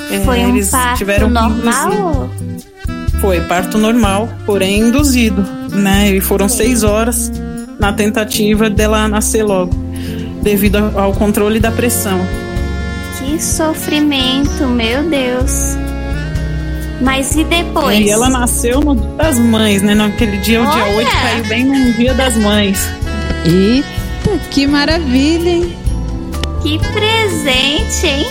Foi um eles parto tiveram normal? Foi parto normal, porém induzido, né? E foram 6 horas na tentativa dela nascer logo, devido ao controle da pressão. Que sofrimento, meu Deus. Mas e depois? E ela nasceu no Dia das Mães, né? Naquele dia, o dia 8 caiu bem no Dia das Mães. Eita, que maravilha, hein? Que presente, hein?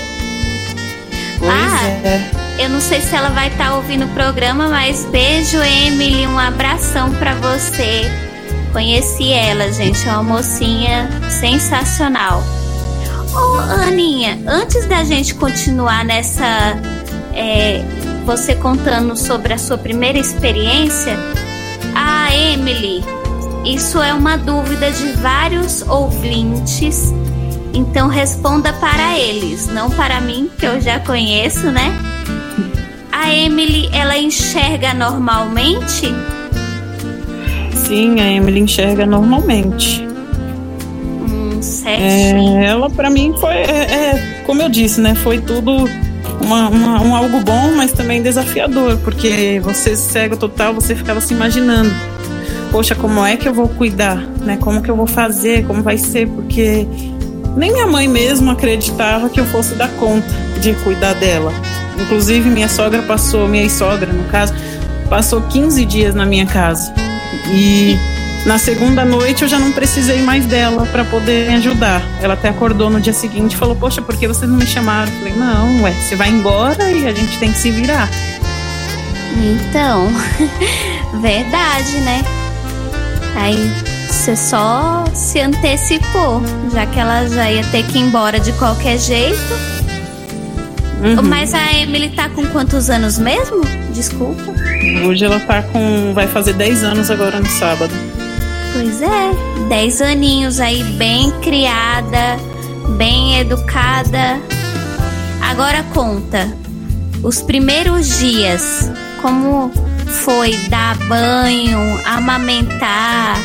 Eu não sei se ela vai estar ouvindo o programa, mas beijo, Emily, um abração pra você. Conheci ela, gente, é uma mocinha sensacional. Ô, Aninha, antes da gente continuar nessa... você contando sobre a sua primeira experiência, a Emily, isso é uma dúvida de vários ouvintes, então responda para eles, não para mim, que eu já conheço, né? A Emily, ela enxerga normalmente? Sim, a Emily enxerga normalmente. Certinho. Ela, pra mim, foi, como eu disse, né? Foi tudo um algo bom, mas também desafiador, porque você cego total, você ficava se imaginando, poxa, como é que eu vou cuidar, né? Como que eu vou fazer, como vai ser, porque nem minha mãe mesmo acreditava que eu fosse dar conta de cuidar dela. Inclusive minha ex-sogra, no caso, passou 15 dias na minha casa, e na segunda noite eu já não precisei mais dela para poder me ajudar. Ela até acordou no dia seguinte e falou, poxa, por que vocês não me chamaram? Eu falei, não, você vai embora e a gente tem que se virar. Então, verdade, né? Aí você só se antecipou, já que ela já ia ter que ir embora de qualquer jeito. Mas a Emily tá com quantos anos mesmo? Desculpa. Hoje ela vai fazer 10 anos agora no sábado. Pois é, 10 aninhos aí, bem criada, bem educada. Agora conta, os primeiros dias, como foi dar banho, amamentar?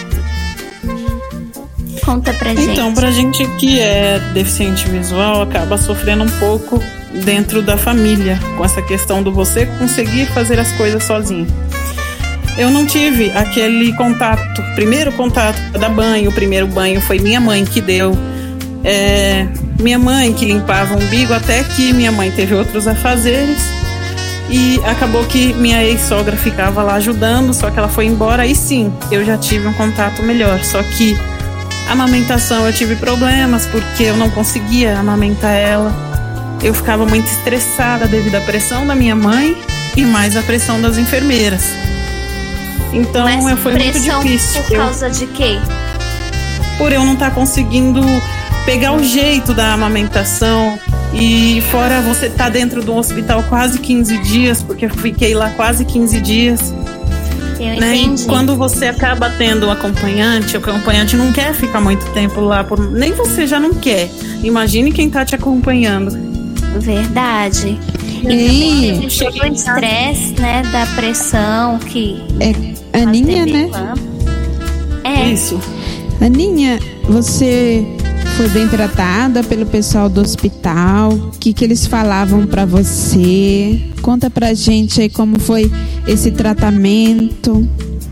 Conta pra gente. Então, pra gente que é deficiente visual, acaba sofrendo um pouco dentro da família, com essa questão do você conseguir fazer as coisas sozinho. Eu não tive aquele contato, primeiro contato da banho, o primeiro banho foi minha mãe que deu, minha mãe que limpava o umbigo, até que minha mãe teve outros afazeres e acabou que minha ex-sogra ficava lá ajudando, só que ela foi embora e sim, eu já tive um contato melhor, só que a amamentação eu tive problemas porque eu não conseguia amamentar ela, eu ficava muito estressada devido à pressão da minha mãe e mais a pressão das enfermeiras. Então foi muito difícil. Por causa de quê? Por eu não estar conseguindo pegar o jeito da amamentação. E fora você estar dentro do hospital quase 15 dias, porque eu fiquei lá quase 15 dias. Eu entendi. E quando você acaba tendo um acompanhante, o acompanhante não quer ficar muito tempo lá, nem você já não quer. Imagine quem está te acompanhando. Verdade. E também chega o estresse, né, da pressão que... Aninha, né? Isso. Aninha, você foi bem tratada pelo pessoal do hospital? O que eles falavam pra você? Conta pra gente aí como foi esse tratamento.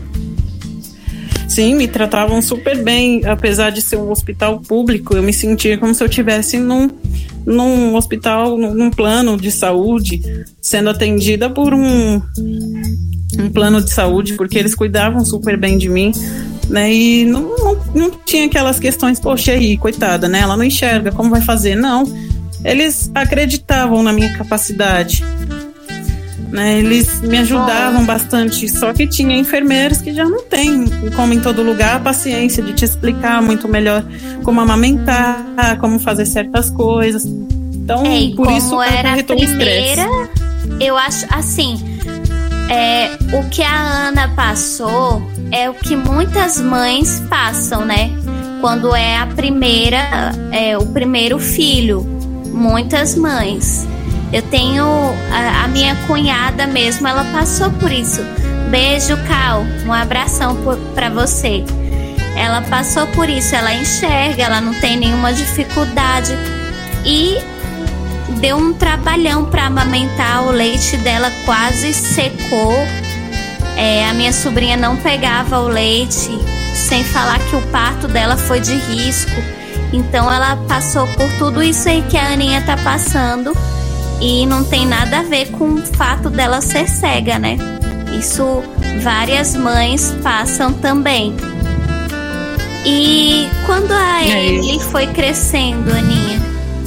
Sim, me tratavam super bem, apesar de ser um hospital público, eu me sentia como se eu estivesse num hospital, num plano de saúde, sendo atendida por um plano de saúde, porque eles cuidavam super bem de mim, né, e não tinha aquelas questões, poxa, aí, coitada, né, ela não enxerga, como vai fazer? Não, eles acreditavam na minha capacidade, né, eles me ajudavam bastante, só que tinha enfermeiros que já não tem, como em todo lugar, a paciência de te explicar muito melhor como amamentar, como fazer certas coisas. Então, por isso era a primeira, estresse. Eu acho assim, o que a Ana passou é o que muitas mães passam, né? Quando é a primeira, o primeiro filho, muitas mães. Eu tenho a minha cunhada mesmo, ela passou por isso. Beijo, Cal, um abração pra você. Ela passou por isso, ela enxerga, ela não tem nenhuma dificuldade. E deu um trabalhão para amamentar, o leite dela quase secou. A minha sobrinha não pegava o leite, sem falar que o parto dela foi de risco. Então ela passou por tudo isso aí que a Aninha tá passando, e não tem nada a ver com o fato dela ser cega, né? Isso várias mães passam também. E quando a Emily foi crescendo, Aninha?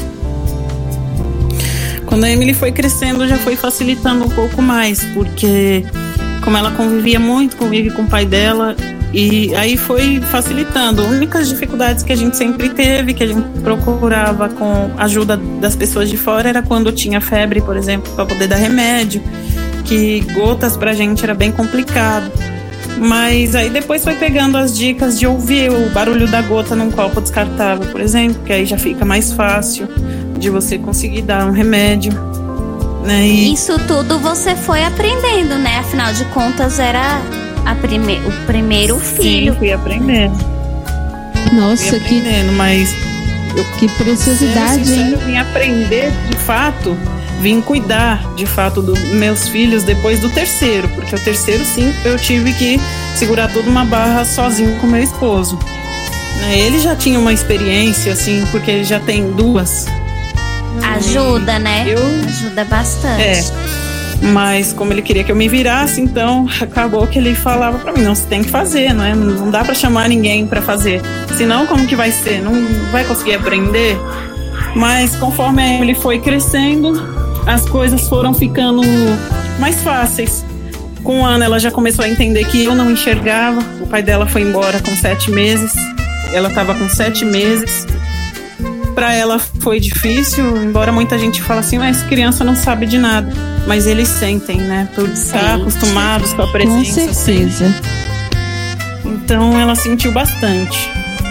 Quando a Emily foi crescendo, já foi facilitando um pouco mais, porque como ela convive com o pai dela, e aí foi facilitando. As únicas dificuldades que a gente sempre teve, que a gente procurava com ajuda das pessoas de fora, era quando tinha febre, por exemplo, para poder dar remédio, que gotas pra gente era bem complicado. Mas aí depois foi pegando as dicas de ouvir o barulho da gota num copo descartável, por exemplo, que aí já fica mais fácil de você conseguir dar um remédio, né? E isso tudo você foi aprendendo, né? Afinal de contas era o primeiro filho. Sim, fui aprendendo. Nossa, mas que preciosidade, hein? Eu vim aprender de fato, vim cuidar de fato dos meus filhos depois do terceiro, porque o terceiro, sim, eu tive que segurar toda uma barra sozinho com meu esposo. Ele já tinha uma experiência, assim, porque ele já tem 2. Ajuda, né? Ajuda bastante. Mas como ele queria que eu me virasse, então acabou que ele falava pra mim, não, você tem que fazer, não é? Não dá pra chamar ninguém pra fazer. Senão, como que vai ser? Não vai conseguir aprender. Mas conforme a Emily foi crescendo, as coisas foram ficando mais fáceis. Com o ano, ela já começou a entender que eu não enxergava. O pai dela foi embora com 7 meses. Ela estava com 7 meses. Para ela foi difícil, embora muita gente fale assim, mas criança não sabe de nada. Mas eles sentem, né? Por estar acostumados com a presença. Com certeza. Assim. Então ela sentiu bastante.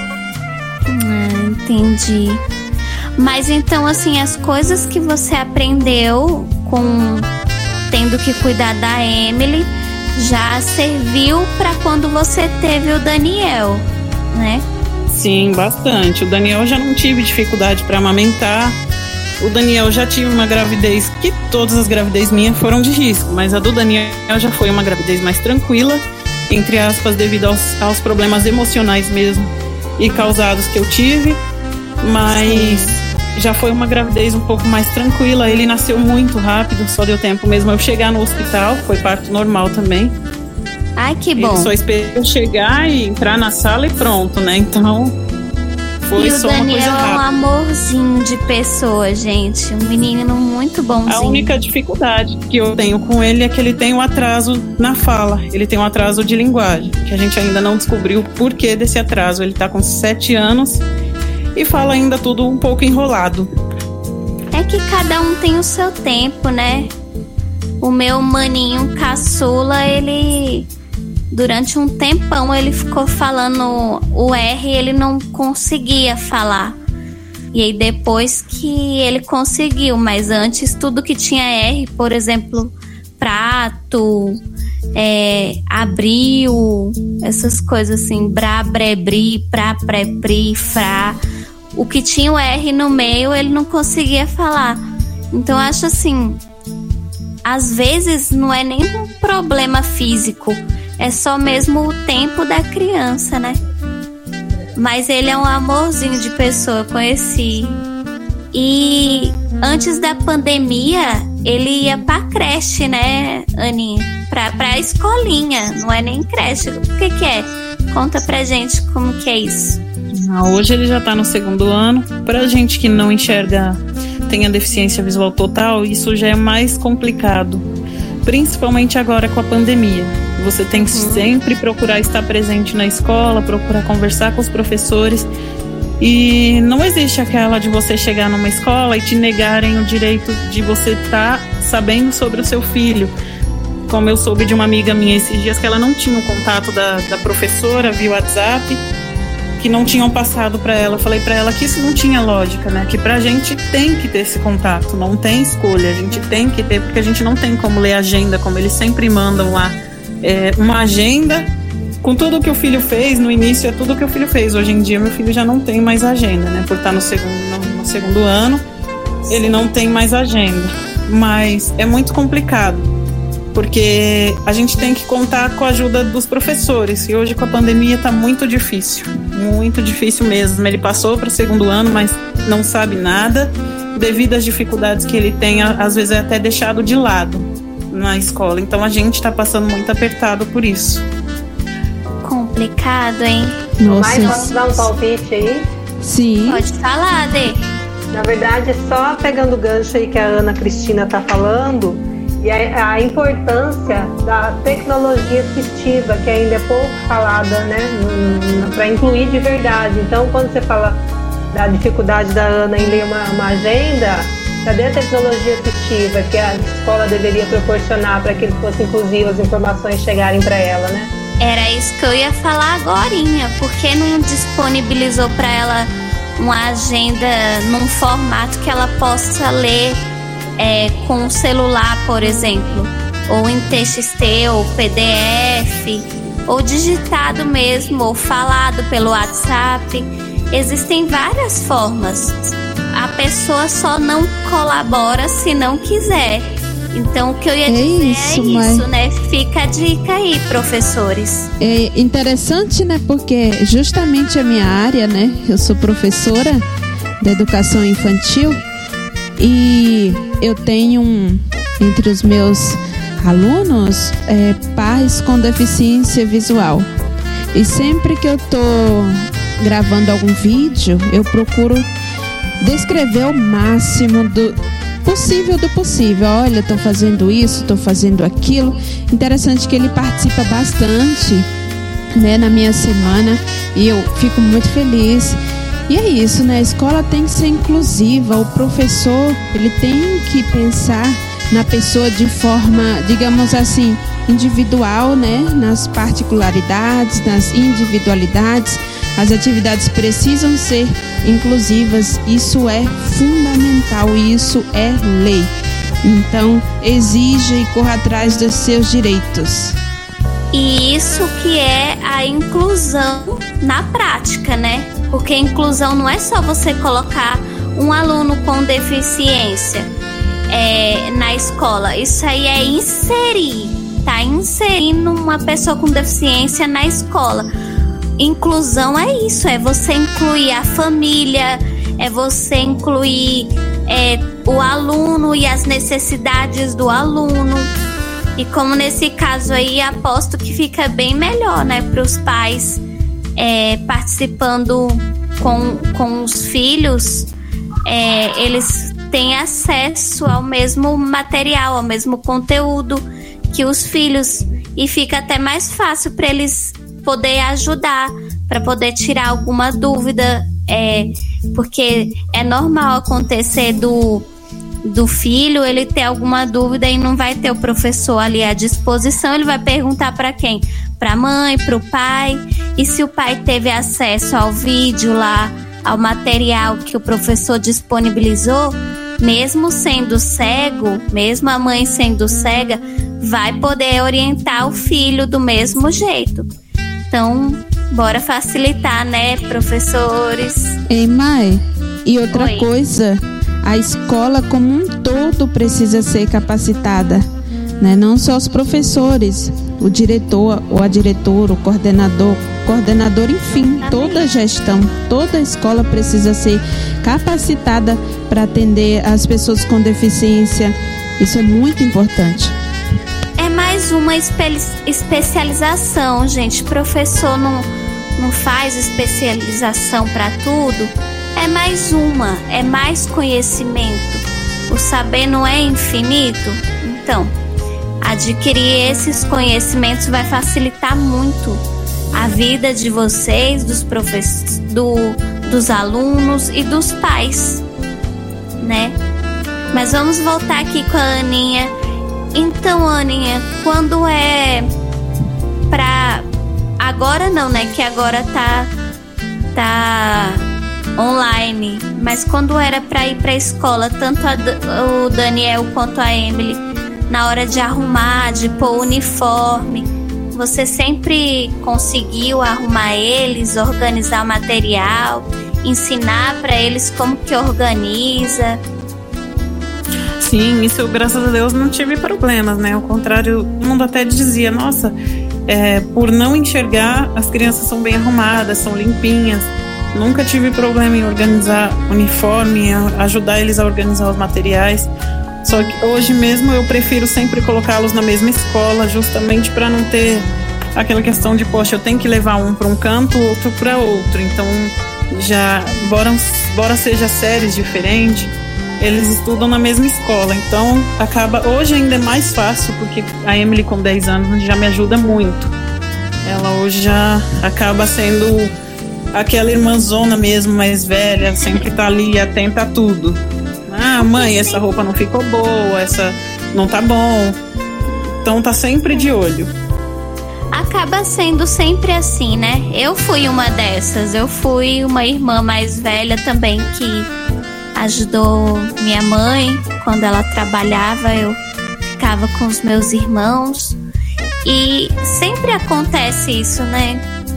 Entendi. Mas então, assim, as coisas que você aprendeu com tendo que cuidar da Emily já serviu para quando você teve o Daniel, né? Sim, bastante. O Daniel eu já não tive dificuldade para amamentar. O Daniel já tive uma gravidez, que todas as gravidez minhas foram de risco, mas a do Daniel já foi uma gravidez mais tranquila, entre aspas, devido aos problemas emocionais mesmo e causados que eu tive, mas já foi uma gravidez um pouco mais tranquila. Ele nasceu muito rápido, só deu tempo mesmo eu chegar no hospital, foi parto normal também. Ai, que bom. Ele só esperou chegar e entrar na sala e pronto, né? Então, foi só uma coisa rápida. E o Daniel é um amorzinho de pessoa, gente. Um menino muito bonzinho. A única dificuldade que eu tenho com ele é que ele tem um atraso na fala. Ele tem um atraso de linguagem, que a gente ainda não descobriu o porquê desse atraso. Ele tá com 7 anos e fala ainda tudo um pouco enrolado. É que cada um tem o seu tempo, né? O meu maninho caçula, ele... Durante um tempão ele ficou falando o R, ele não conseguia falar. E aí depois que ele conseguiu, mas antes tudo que tinha R, por exemplo, prato, abril, essas coisas assim, brá, bré, bri, prá, pré, pri, frá. O que tinha o R no meio, ele não conseguia falar. Então eu acho assim, às vezes não é nem um problema físico, é só mesmo o tempo da criança, né? Mas ele é um amorzinho de pessoa, eu conheci. E antes da pandemia, ele ia pra creche, né, Aninha? Pra escolinha, não é nem creche. O que é? Conta pra gente como que é isso. Hoje ele já tá no 2º ano. Pra gente que não enxerga, tem a deficiência visual total, isso já é mais complicado. Principalmente agora com a pandemia. Você tem que sempre procurar estar presente na escola, procurar conversar com os professores. E não existe aquela de você chegar numa escola e te negarem o direito de você estar sabendo sobre o seu filho. Como eu soube de uma amiga minha esses dias, que ela não tinha o contato da professora via WhatsApp, que não tinham passado para ela. Eu falei para ela que isso não tinha lógica, né? Que pra gente tem que ter esse contato, não tem escolha, a gente tem que ter, porque a gente não tem como ler agenda, como eles sempre mandam lá. Uma agenda com tudo que o filho fez. No início é tudo que o filho fez. Hoje em dia meu filho já não tem mais agenda, né? Por estar no segundo ano. ele não tem mais agenda. Mas é muito complicado, porque a gente tem que contar com a ajuda dos professores. E hoje com a pandemia está muito difícil mesmo. Ele passou para o 2º ano, mas não sabe nada, devido às dificuldades que ele tem, às vezes é até deixado de lado na escola. Então a gente está passando muito apertado por isso. Complicado, hein? Mas posso dar um palpite aí? Sim. Pode falar, Dê. Na verdade, só pegando o gancho aí que a Ana Cristina está falando, e a importância da tecnologia assistiva, que ainda é pouco falada, né, para incluir de verdade. Então, quando você fala da dificuldade da Ana em ler uma agenda, cadê a tecnologia assistiva que a escola deveria proporcionar para que ele fosse inclusivo, as informações chegarem para ela, né? Era isso que eu ia falar agorinha. Por que não disponibilizou para ela uma agenda num formato que ela possa ler com o celular, por exemplo, ou em TXT, ou PDF, ou digitado mesmo, ou falado pelo WhatsApp? Existem várias formas. A pessoa só não colabora se não quiser. Então, o que eu ia dizer isso, né? Fica a dica aí, professores. É interessante, né? Porque justamente a minha área, né? Eu sou professora da educação infantil e eu tenho entre os meus alunos pais com deficiência visual. E sempre que eu tô gravando algum vídeo, eu procuro descrever o máximo do possível. Olha, estou fazendo isso, estou fazendo aquilo. Interessante que ele participa bastante, né, na minha semana, e eu fico muito feliz. E é isso, né? A escola tem que ser inclusiva. O professor, ele tem que pensar na pessoa de forma, digamos assim, individual, né? Nas particularidades, nas individualidades. As atividades precisam ser inclusivas. Isso é fundamental e isso é lei. Então, exija e corra atrás dos seus direitos. E isso que é a inclusão na prática, né? Porque inclusão não é só você colocar um aluno com deficiência na escola. Isso aí é inserir, tá? Inserindo uma pessoa com deficiência na escola. Inclusão é isso, é você incluir a família, é você incluir o aluno e as necessidades do aluno. E como nesse caso aí, aposto que fica bem melhor, né, para os pais participando com os filhos, eles têm acesso ao mesmo material, ao mesmo conteúdo que os filhos, e fica até mais fácil para eles poder ajudar, para poder tirar alguma dúvida, porque é normal acontecer do filho ele ter alguma dúvida e não vai ter o professor ali à disposição. Ele vai perguntar para quem? Para a mãe, para o pai. E se o pai teve acesso ao vídeo lá, ao material que o professor disponibilizou, mesmo sendo cego, mesmo a mãe sendo cega, vai poder orientar o filho do mesmo jeito. Então, bora facilitar, né, professores? Ei, Mai, e outra coisa, a escola como um todo precisa ser capacitada, né? Não só os professores, o diretor ou a diretora, o coordenador, enfim, toda a gestão, toda a escola precisa ser capacitada para atender as pessoas com deficiência. Isso é muito importante. É mais uma especialização, gente. Professor não faz especialização para tudo. É mais uma, é mais conhecimento. O saber não é infinito. Então, adquirir esses conhecimentos vai facilitar muito a vida de vocês, dos professores, dos alunos e dos pais, né? Mas vamos voltar aqui com a Aninha. Então, Aninha, quando é pra... Agora não, né? Que agora tá online. Mas quando era pra ir pra escola, tanto o Daniel quanto a Emily, na hora de arrumar, de pôr o uniforme, você sempre conseguiu arrumar eles, organizar o material, ensinar pra eles como que organiza? Sim, isso, graças a Deus, não tive problemas, né? Ao contrário, todo mundo até dizia, nossa, por não enxergar, as crianças são bem arrumadas, são limpinhas. Nunca tive problema em organizar uniforme, ajudar eles a organizar os materiais. Só que hoje mesmo eu prefiro sempre colocá-los na mesma escola, justamente para não ter aquela questão de, poxa, eu tenho que levar um para um canto, outro para outro. Então, já, embora seja séries diferentes, eles estudam na mesma escola. Então, hoje ainda é mais fácil, porque a Emily com 10 anos já me ajuda muito. Ela hoje já acaba sendo aquela irmãzona mesmo, mais velha, sempre tá ali atenta a tudo. Ah, mãe, essa roupa não ficou boa, essa não tá bom. Então tá sempre de olho. Acaba sendo sempre assim, né? Eu fui uma dessas. Eu fui uma irmã mais velha também que ajudou minha mãe quando ela trabalhava. Eu ficava com os meus irmãos. E sempre acontece isso, né?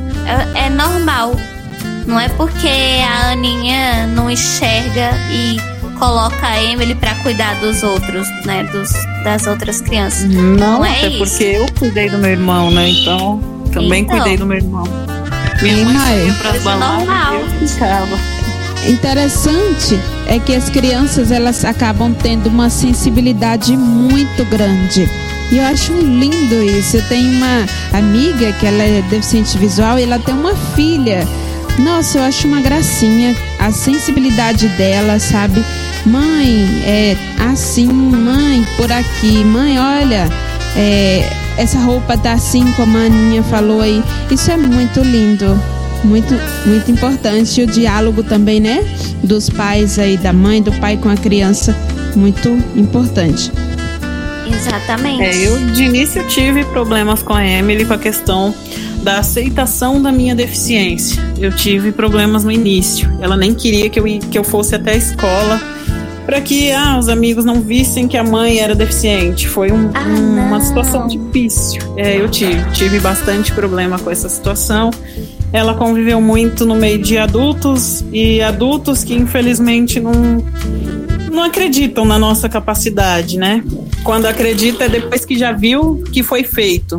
É normal. Não é porque a Aninha não enxerga e coloca a Emily pra cuidar dos outros, né? Das outras crianças. Não é até isso. Porque eu cuidei do meu irmão, né? Então, também cuidei do meu irmão. Minha mãe ia pras baladas e eu ficava. Interessante é que as crianças, elas acabam tendo uma sensibilidade muito grande. E eu acho lindo isso. Eu tenho uma amiga que ela é deficiente visual e ela tem uma filha. Nossa, eu acho uma gracinha a sensibilidade dela, sabe? Mãe, é assim, mãe, por aqui, mãe, olha, essa roupa tá assim como a Aninha falou aí. Isso é muito lindo, muito, muito importante. E o diálogo também, né? Dos pais aí, da mãe, do pai com a criança, muito importante. Exatamente. Eu de início tive problemas com a Emily com a questão da aceitação da minha deficiência. Eu tive problemas no início. Ela nem queria que eu fosse até a escola para que os amigos não vissem que a mãe era deficiente. Foi uma situação difícil. Eu tive bastante problema com essa situação. Ela conviveu muito no meio de adultos e adultos que infelizmente não acreditam na nossa capacidade, né? Quando acredita é depois que já viu que foi feito.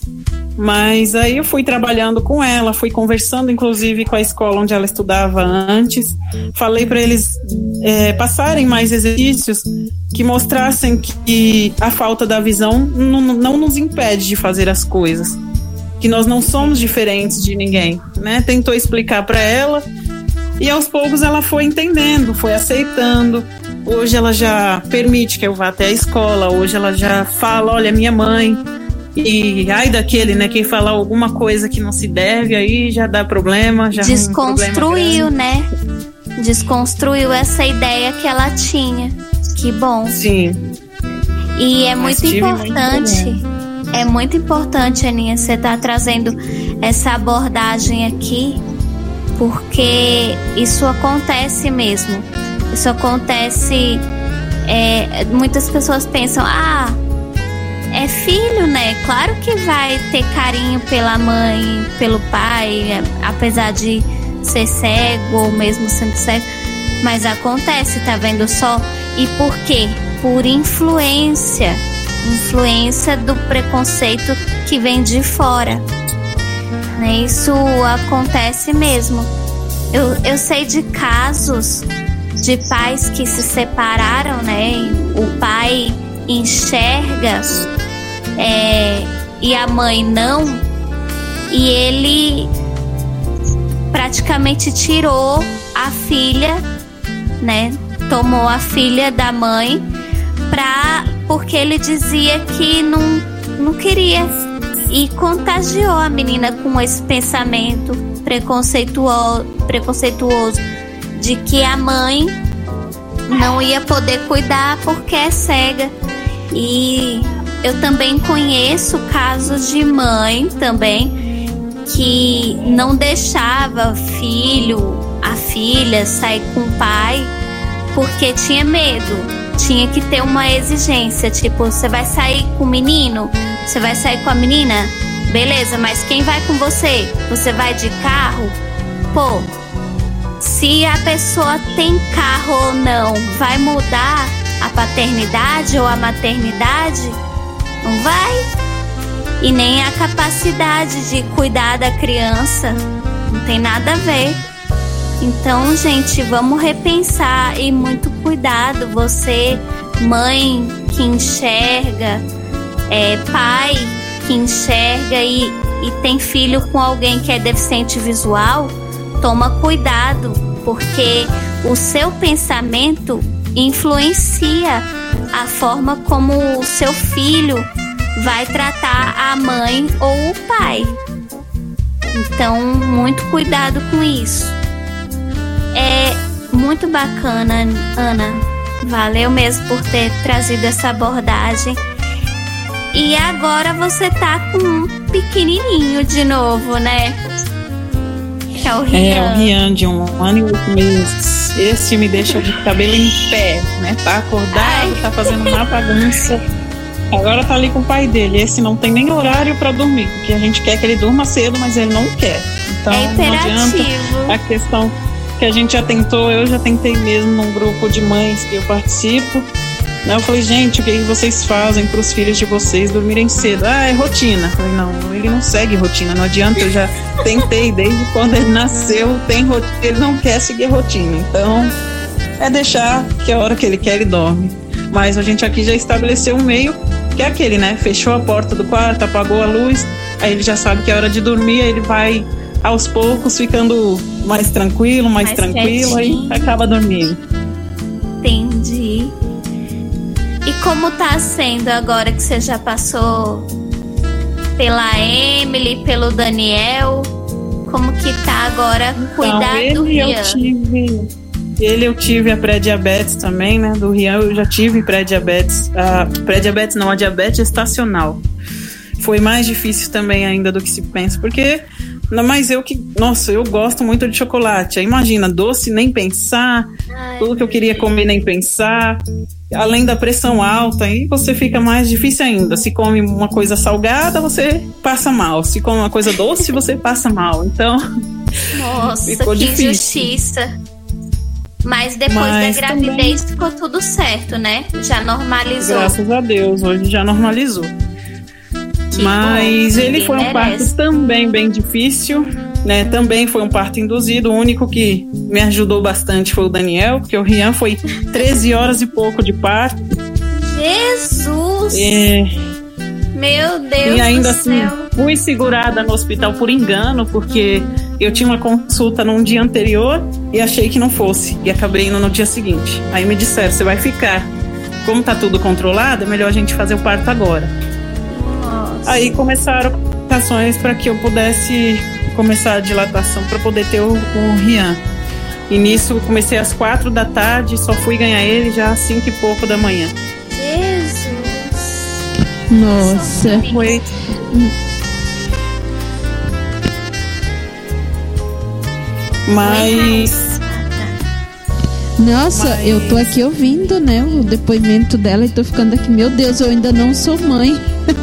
Mas aí eu fui trabalhando com ela, fui conversando inclusive com a escola onde ela estudava antes. Falei para eles passarem mais exercícios que mostrassem que a falta da visão não nos impede de fazer as coisas. Que nós não somos diferentes de ninguém, né? Tentou explicar para ela e aos poucos ela foi entendendo, foi aceitando. Hoje ela já permite que eu vá até a escola, hoje ela já fala, olha, minha mãe... E ai daquele, né? Quem falar alguma coisa que não se deve, aí já dá problema. Já desconstruiu, né? Desconstruiu essa ideia que ela tinha. Que bom. Sim. E é muito importante. É muito importante, Aninha, você tá trazendo essa abordagem aqui, porque isso acontece mesmo. Isso acontece. Muitas pessoas pensam, é filho, né? Claro que vai ter carinho pela mãe, pelo pai, apesar de ser cego ou mesmo sendo cego. Mas acontece, tá vendo só? E por quê? Por influência do preconceito que vem de fora, né? Isso acontece mesmo. Eu sei de casos de pais que se separaram, né? O pai enxerga e a mãe não, e ele praticamente tirou a filha, né? Tomou a filha da mãe porque ele dizia que não queria, e contagiou a menina com esse pensamento preconceituoso de que a mãe não ia poder cuidar porque é cega. E eu também conheço casos de mãe também que não deixava a filha sair com o pai porque tinha medo, tinha que ter uma exigência, tipo, você vai sair com o menino, você vai sair com a menina, beleza, mas quem vai com você? Você vai de carro? Se a pessoa tem carro ou não vai mudar a paternidade ou a maternidade, não vai. E nem a capacidade de cuidar da criança, não tem nada a ver. Então, gente, vamos repensar e muito cuidado. Você, mãe que enxerga, pai que enxerga e tem filho com alguém que é deficiente visual, toma cuidado, porque o seu pensamento influencia a forma como o seu filho vai tratar a mãe ou o pai. Então, muito cuidado com isso. É muito bacana, Ana. Valeu mesmo por ter trazido essa abordagem. E agora você tá com um pequenininho de novo, né? Que é o Rian. O Rian de 1 ano e 8 meses. Esse me deixa de cabelo em pé, né? Tá acordado, tá fazendo uma bagunça. Agora tá ali com o pai dele. Esse não tem nem horário pra dormir, porque a gente quer que ele durma cedo, mas ele não quer. Então não adianta. A questão que a gente já tentou, eu já tentei mesmo num grupo de mães que eu participo. Eu falei, gente, o que vocês fazem para os filhos de vocês dormirem cedo? É rotina. Eu falei, não, ele não segue rotina, não adianta, eu já tentei desde quando ele nasceu, tem rotina, ele não quer seguir rotina. Então, é deixar que a hora que ele quer, ele dorme. Mas a gente aqui já estabeleceu um meio, que é aquele, né? Fechou a porta do quarto, apagou a luz, aí ele já sabe que é hora de dormir, aí ele vai aos poucos ficando mais tranquilo, aí acaba dormindo. Entendi. E como tá sendo agora que você já passou pela Emily, pelo Daniel? Como que tá agora cuidar do Rian? Eu tive a pré-diabetes também, né? Do Rian eu já tive pré-diabetes. Pré-diabetes não, a diabetes gestacional. Foi mais difícil também ainda do que se pensa, porque... Mas eu gosto muito de chocolate. Aí imagina, doce nem pensar, tudo que eu queria comer nem pensar, além da pressão alta, aí você fica mais difícil ainda. Se come uma coisa salgada, você passa mal. Se come uma coisa doce, você passa mal. Então, nossa, ficou que difícil. Injustiça. Mas depois da gravidez também ficou tudo certo, né? Já normalizou. Graças a Deus, hoje já normalizou. Mas ele foi um parto também bem difícil, né? Também foi um parto induzido. O único que me ajudou bastante foi o Daniel, porque o Rian foi 13 horas e pouco de parto. Jesus! Meu Deus e ainda do céu. Assim, fui segurada no hospital por engano, porque eu tinha uma consulta num dia anterior e achei que não fosse. E acabei indo no dia seguinte. Aí me disseram, você vai ficar. Como tá tudo controlado, é melhor a gente fazer o parto agora. Aí começaram complicações para que eu pudesse começar a dilatação para poder ter o Rian. E nisso comecei às 4 da tarde, só fui ganhar ele já às 5 e pouco da manhã. Jesus! Nossa! Foi. Mas... Nossa, eu tô aqui ouvindo, né, o depoimento dela e tô ficando aqui, meu Deus, eu ainda não sou mãe.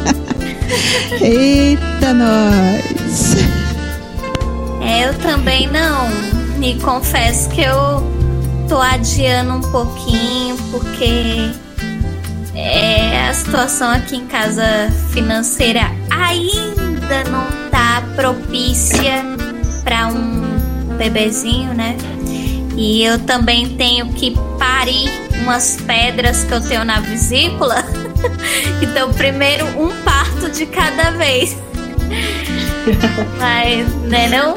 Eita, nós! Eu também não. Me confesso que eu tô adiando um pouquinho, porque a situação aqui em casa financeira ainda não tá propícia para um bebezinho, né? E eu também tenho que parir umas pedras que eu tenho na vesícula. Então, primeiro um parto de cada vez. Mas, né, não?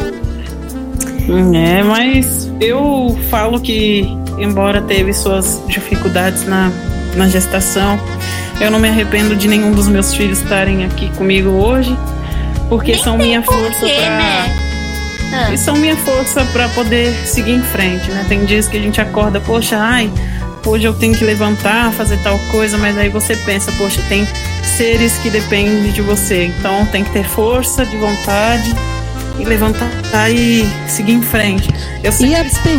Mas eu falo que, embora teve suas dificuldades na gestação, eu não me arrependo de nenhum dos meus filhos estarem aqui comigo hoje, porque são minha força pra... E são minha força para poder seguir em frente, né? Tem dias que a gente acorda, poxa, hoje eu tenho que levantar, fazer tal coisa, mas aí você pensa, poxa, tem seres que dependem de você, então tem que ter força de vontade e levantar e seguir em frente. E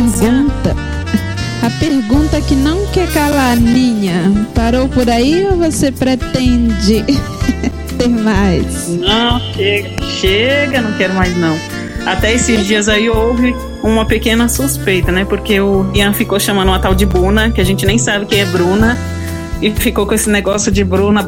a pergunta que não quer calar, Ninha, parou por aí ou você pretende ter mais? Não, chega, não quero mais não. Até esses dias aí houve uma pequena suspeita, né? Porque o Ian ficou chamando uma tal de Bruna, que a gente nem sabe quem é Bruna. E ficou com esse negócio de Bruna.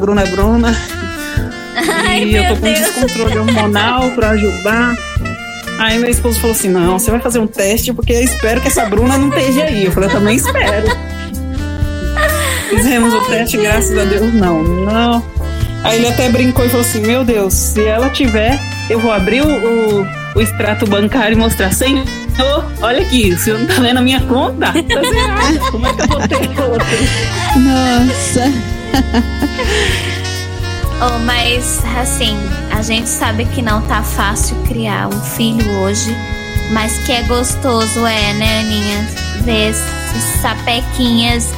Ai, e eu tô com Deus. descontrole hormonal pra ajudar. Aí meu esposo falou assim, não, você vai fazer um teste porque eu espero que essa Bruna não esteja aí. Eu falei, eu também espero. Fizemos o teste, graças a Deus, não. Aí ele até brincou e falou assim, meu Deus, se ela tiver, eu vou abrir o extrato bancário e mostrar, Senhor, olha aqui, o senhor não tá vendo a minha conta? Tá zerado, como é que eu vou ter outra? Nossa. Oh, mas assim, a gente sabe que não tá fácil criar um filho hoje, mas que é gostoso, né, Aninha? Ver esses sapequinhas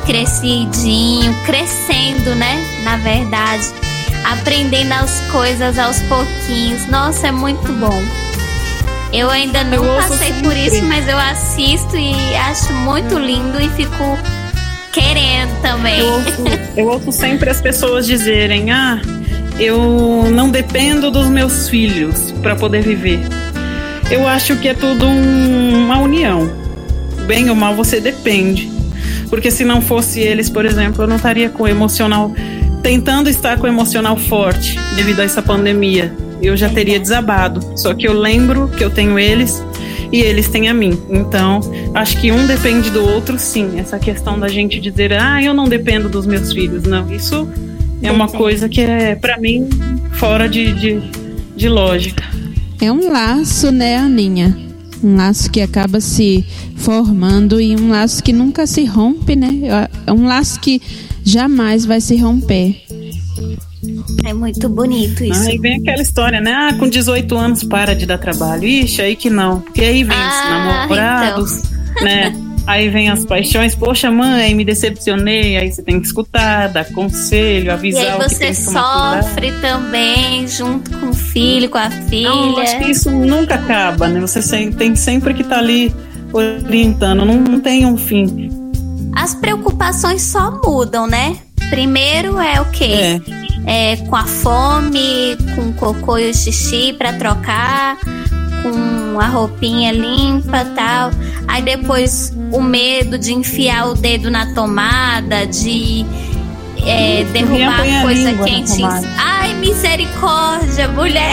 crescendo, né? Na verdade, aprendendo as coisas aos pouquinhos. Nossa, é muito bom. Eu ainda não passei por isso, mas eu assisto e acho muito lindo e fico querendo também. Eu ouço sempre as pessoas dizerem, eu não dependo dos meus filhos para poder viver. Eu acho que é tudo uma união. Bem ou mal, você depende. Porque se não fosse eles, por exemplo, eu não estaria com o emocional, tentando estar com o emocional forte devido a essa pandemia. Eu já teria desabado. Só que eu lembro que eu tenho eles e eles têm a mim. Então, acho que um depende do outro, sim. Essa questão da gente dizer, eu não dependo dos meus filhos. Não, isso é uma coisa que é, pra mim, fora de lógica. É um laço, né, Aninha? Um laço que acaba se formando e um laço que nunca se rompe, né? É um laço que jamais vai se romper. É muito bonito isso. Aí vem aquela história, né? Com 18 anos para de dar trabalho. Ixi, aí que não. Porque aí vem os namorados, então. Né? Aí vem as paixões. Poxa, mãe, me decepcionei. Aí você tem que escutar, dar conselho, avisar. E aí você sofre também, junto com o filho, com a filha. Não, acho que isso nunca acaba, né? Você tem sempre que estar ali orientando. Não tem um fim. As preocupações só mudam, né? Primeiro é o quê? Com a fome, com o cocô e o xixi pra trocar, com a roupinha limpa e tal. Aí depois o medo de enfiar o dedo na tomada, de derrubar coisa quente. Ai, misericórdia, mulher!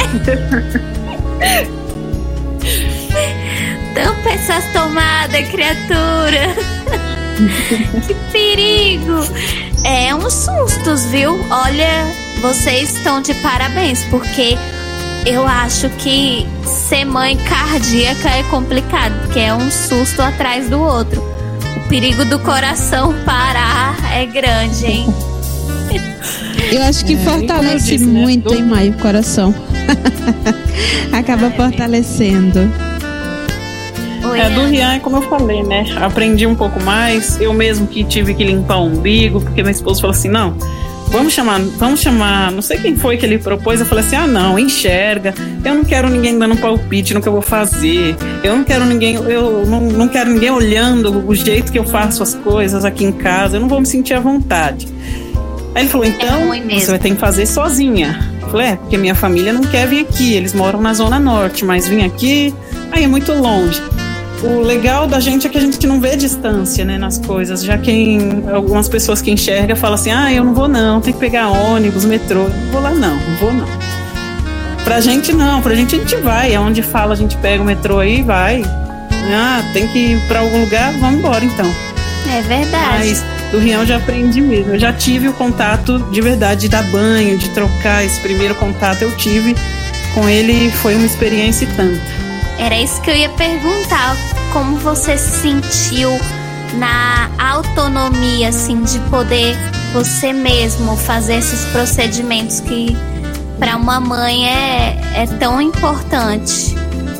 Tampa essas tomadas, criatura! Que perigo! É uns sustos, viu? Olha, vocês estão de parabéns, porque eu acho que ser mãe cardíaca é complicado, porque é um susto atrás do outro. O perigo do coração parar é grande, hein? Eu acho que fortalece muito, hein, Maio, o coração. Acaba fortalecendo. Do Rian é como eu falei, né? Aprendi um pouco mais. Eu mesmo que tive que limpar o umbigo, porque meu esposo falou assim, não, vamos chamar, não sei quem foi que ele propôs. Eu falei assim, não, enxerga. Eu não quero ninguém dando palpite no que eu vou fazer. Eu não quero ninguém olhando o jeito que eu faço as coisas aqui em casa. Eu não vou me sentir à vontade. Aí ele falou, então, você vai ter que fazer sozinha. Eu falei, porque minha família não quer vir aqui. Eles moram na Zona Norte, mas vir aqui, aí é muito longe. O legal da gente é que a gente não vê distância, né, nas coisas. Já algumas pessoas que enxergam falam assim, eu não vou não, tem que pegar ônibus, metrô. Não vou lá não vou não. Pra gente não, pra gente a gente vai. Aonde fala a gente pega o metrô aí, vai. Tem que ir pra algum lugar, vamos embora então. É verdade. Mas do Rian eu já aprendi mesmo. Eu já tive o contato de verdade, de dar banho, de trocar. Esse primeiro contato eu tive com ele, foi uma experiência e tanta. Era isso que eu ia perguntar. Como você se sentiu na autonomia, assim, de poder você mesmo fazer esses procedimentos que para uma mãe é tão importante?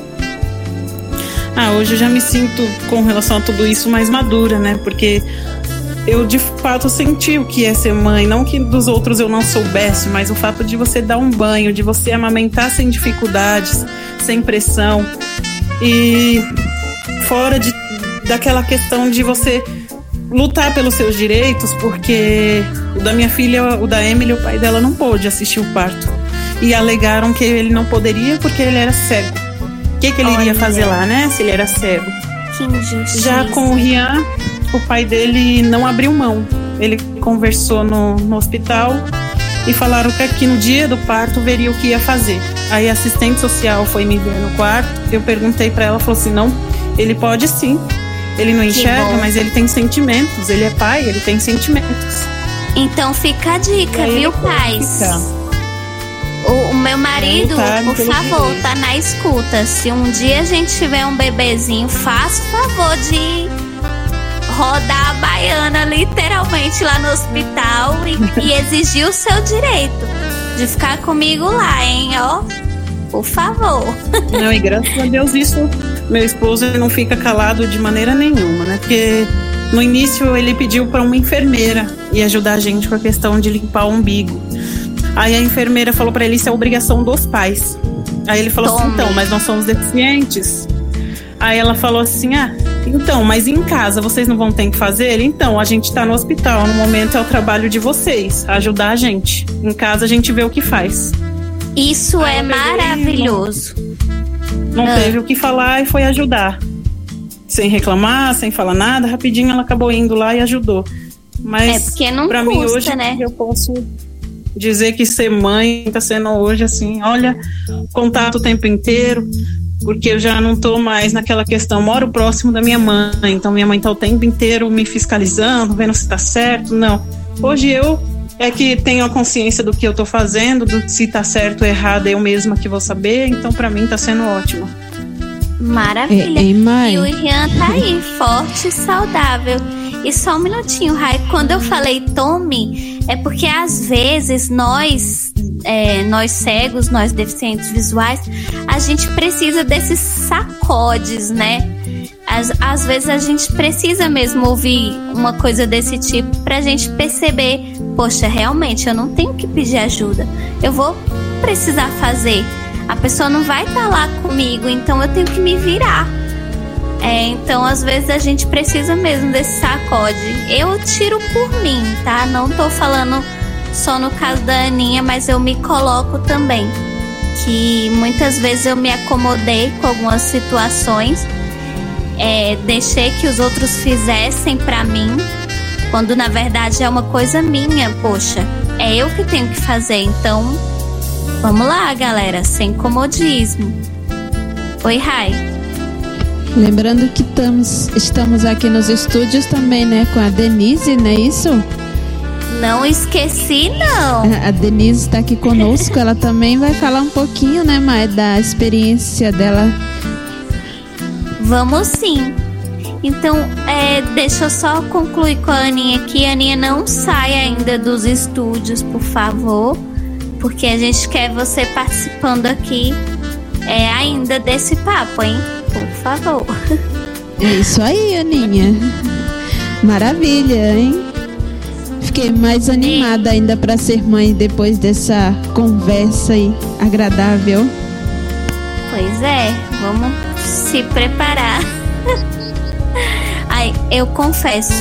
Hoje eu já me sinto, com relação a tudo isso, mais madura, né? Porque eu de fato senti o que é ser mãe. Não que dos outros eu não soubesse, mas o fato de você dar um banho, de você amamentar sem dificuldades, sem pressão, e fora daquela questão de você lutar pelos seus direitos, porque o da minha filha, o da Emily, o pai dela não pôde assistir o parto e alegaram que ele não poderia porque ele era cego. O que ele iria fazer lá, né, se ele era cego? Que injustiça. Já com o Rian, o pai dele não abriu mão. Ele conversou no hospital e falaram que no dia do parto veria o que ia fazer. Aí a assistente social foi me ver no quarto, eu perguntei pra ela, falou assim, não, ele pode sim, ele não enxerga, mas ele tem sentimentos, ele é pai, ele tem sentimentos. Então fica a dica, viu, pais? O meu marido, por favor, tá na escuta. Se um dia a gente tiver um bebezinho, faça o favor de rodar a baiana literalmente lá no hospital e exigir o seu direito de ficar comigo lá, hein, ó. Por favor. Não, e graças a Deus isso, meu esposo ele não fica calado de maneira nenhuma, né? Porque no início ele pediu para uma enfermeira ir ajudar a gente com a questão de limpar o umbigo. Aí a enfermeira falou para ele, isso é obrigação dos pais. Aí ele falou assim, então, mas nós somos deficientes. Aí ela falou assim, então, mas em casa vocês não vão ter que fazer? Então, a gente tá no hospital, no momento é o trabalho de vocês, ajudar a gente. Em casa a gente vê o que faz. Isso é maravilhoso. Não teve o que falar e foi ajudar. Sem reclamar, sem falar nada, rapidinho ela acabou indo lá e ajudou. Mas porque não pra custa, mim hoje, né? Eu posso dizer que ser mãe tá sendo hoje assim, olha, contato o tempo inteiro. Porque eu já não tô mais naquela questão, moro próximo da minha mãe, então minha mãe tá o tempo inteiro me fiscalizando, vendo se tá certo. Não, hoje eu é que tenho a consciência do que eu tô fazendo, do se tá certo ou errado, eu mesma que vou saber, então pra mim tá sendo ótimo. Maravilha. E o Rian tá aí, forte e saudável. E só um minutinho, Rai, quando eu falei tome, é porque às vezes nós cegos, nós deficientes visuais, a gente precisa desses sacodes, né? Às vezes a gente precisa mesmo ouvir uma coisa desse tipo pra gente perceber, poxa, realmente eu não tenho que pedir ajuda, eu vou precisar fazer, a pessoa não vai estar lá comigo, então eu tenho que me virar. Então às vezes a gente precisa mesmo desse sacode. Eu tiro por mim, tá? Não tô falando só no caso da Aninha, mas eu me coloco também, que muitas vezes eu me acomodei com algumas situações, deixei que os outros fizessem pra mim, quando na verdade é uma coisa minha. Poxa, é eu que tenho que fazer, então vamos lá, galera, sem comodismo. Oi, Rai. Lembrando que estamos aqui nos estúdios também, né, com a Denise, não é isso? Não esqueci, não. A Denise está aqui conosco, ela também vai falar um pouquinho, né, Mai, da experiência dela. Vamos sim. Então, deixa eu só concluir com a Aninha aqui. A Aninha, não sai ainda dos estúdios, por favor, porque a gente quer você participando aqui ainda desse papo, hein? Por favor. É isso aí, Aninha. Maravilha, hein? Fiquei mais animada ainda para ser mãe depois dessa conversa aí agradável. Pois é, vamos se preparar. Ai, eu confesso,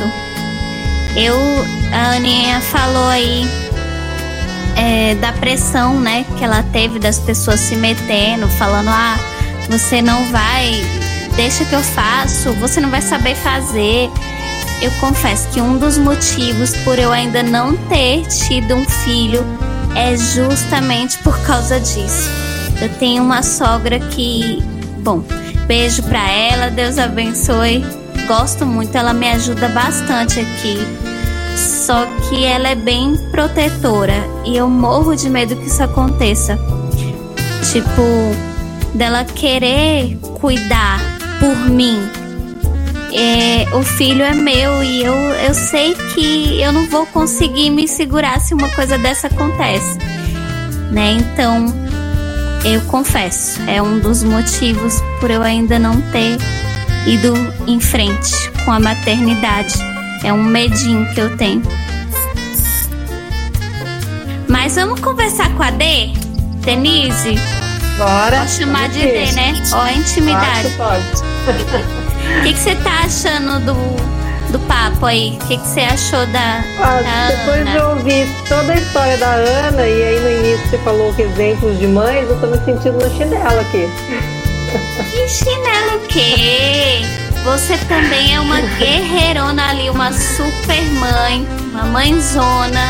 a Aninha falou aí da pressão, né, que ela teve das pessoas se metendo, falando, você não vai, deixa que eu faço, você não vai saber fazer. Eu confesso que um dos motivos por eu ainda não ter tido um filho é justamente por causa disso. Eu tenho uma sogra que, bom, beijo pra ela, Deus abençoe, gosto muito, ela me ajuda bastante aqui. Só que ela é bem protetora e eu morro de medo que isso aconteça. Tipo, dela querer cuidar por mim. O filho é meu e eu sei que eu não vou conseguir me segurar se uma coisa dessa acontece, né? Então, eu confesso, é um dos motivos por eu ainda não ter ido em frente com a maternidade. É um medinho que eu tenho. Mas vamos conversar com a Denise? Bora. Pode chamar de D, né? Ó, a intimidade. Pode. O que você tá achando do papo aí? O que você achou da depois Ana? de ouvir toda a história da Ana, e aí no início você falou que exemplos de mães, eu tô me sentindo no chinelo aqui. Que chinelo o quê? Você também é uma guerreirona ali, uma super mãe, uma mãezona.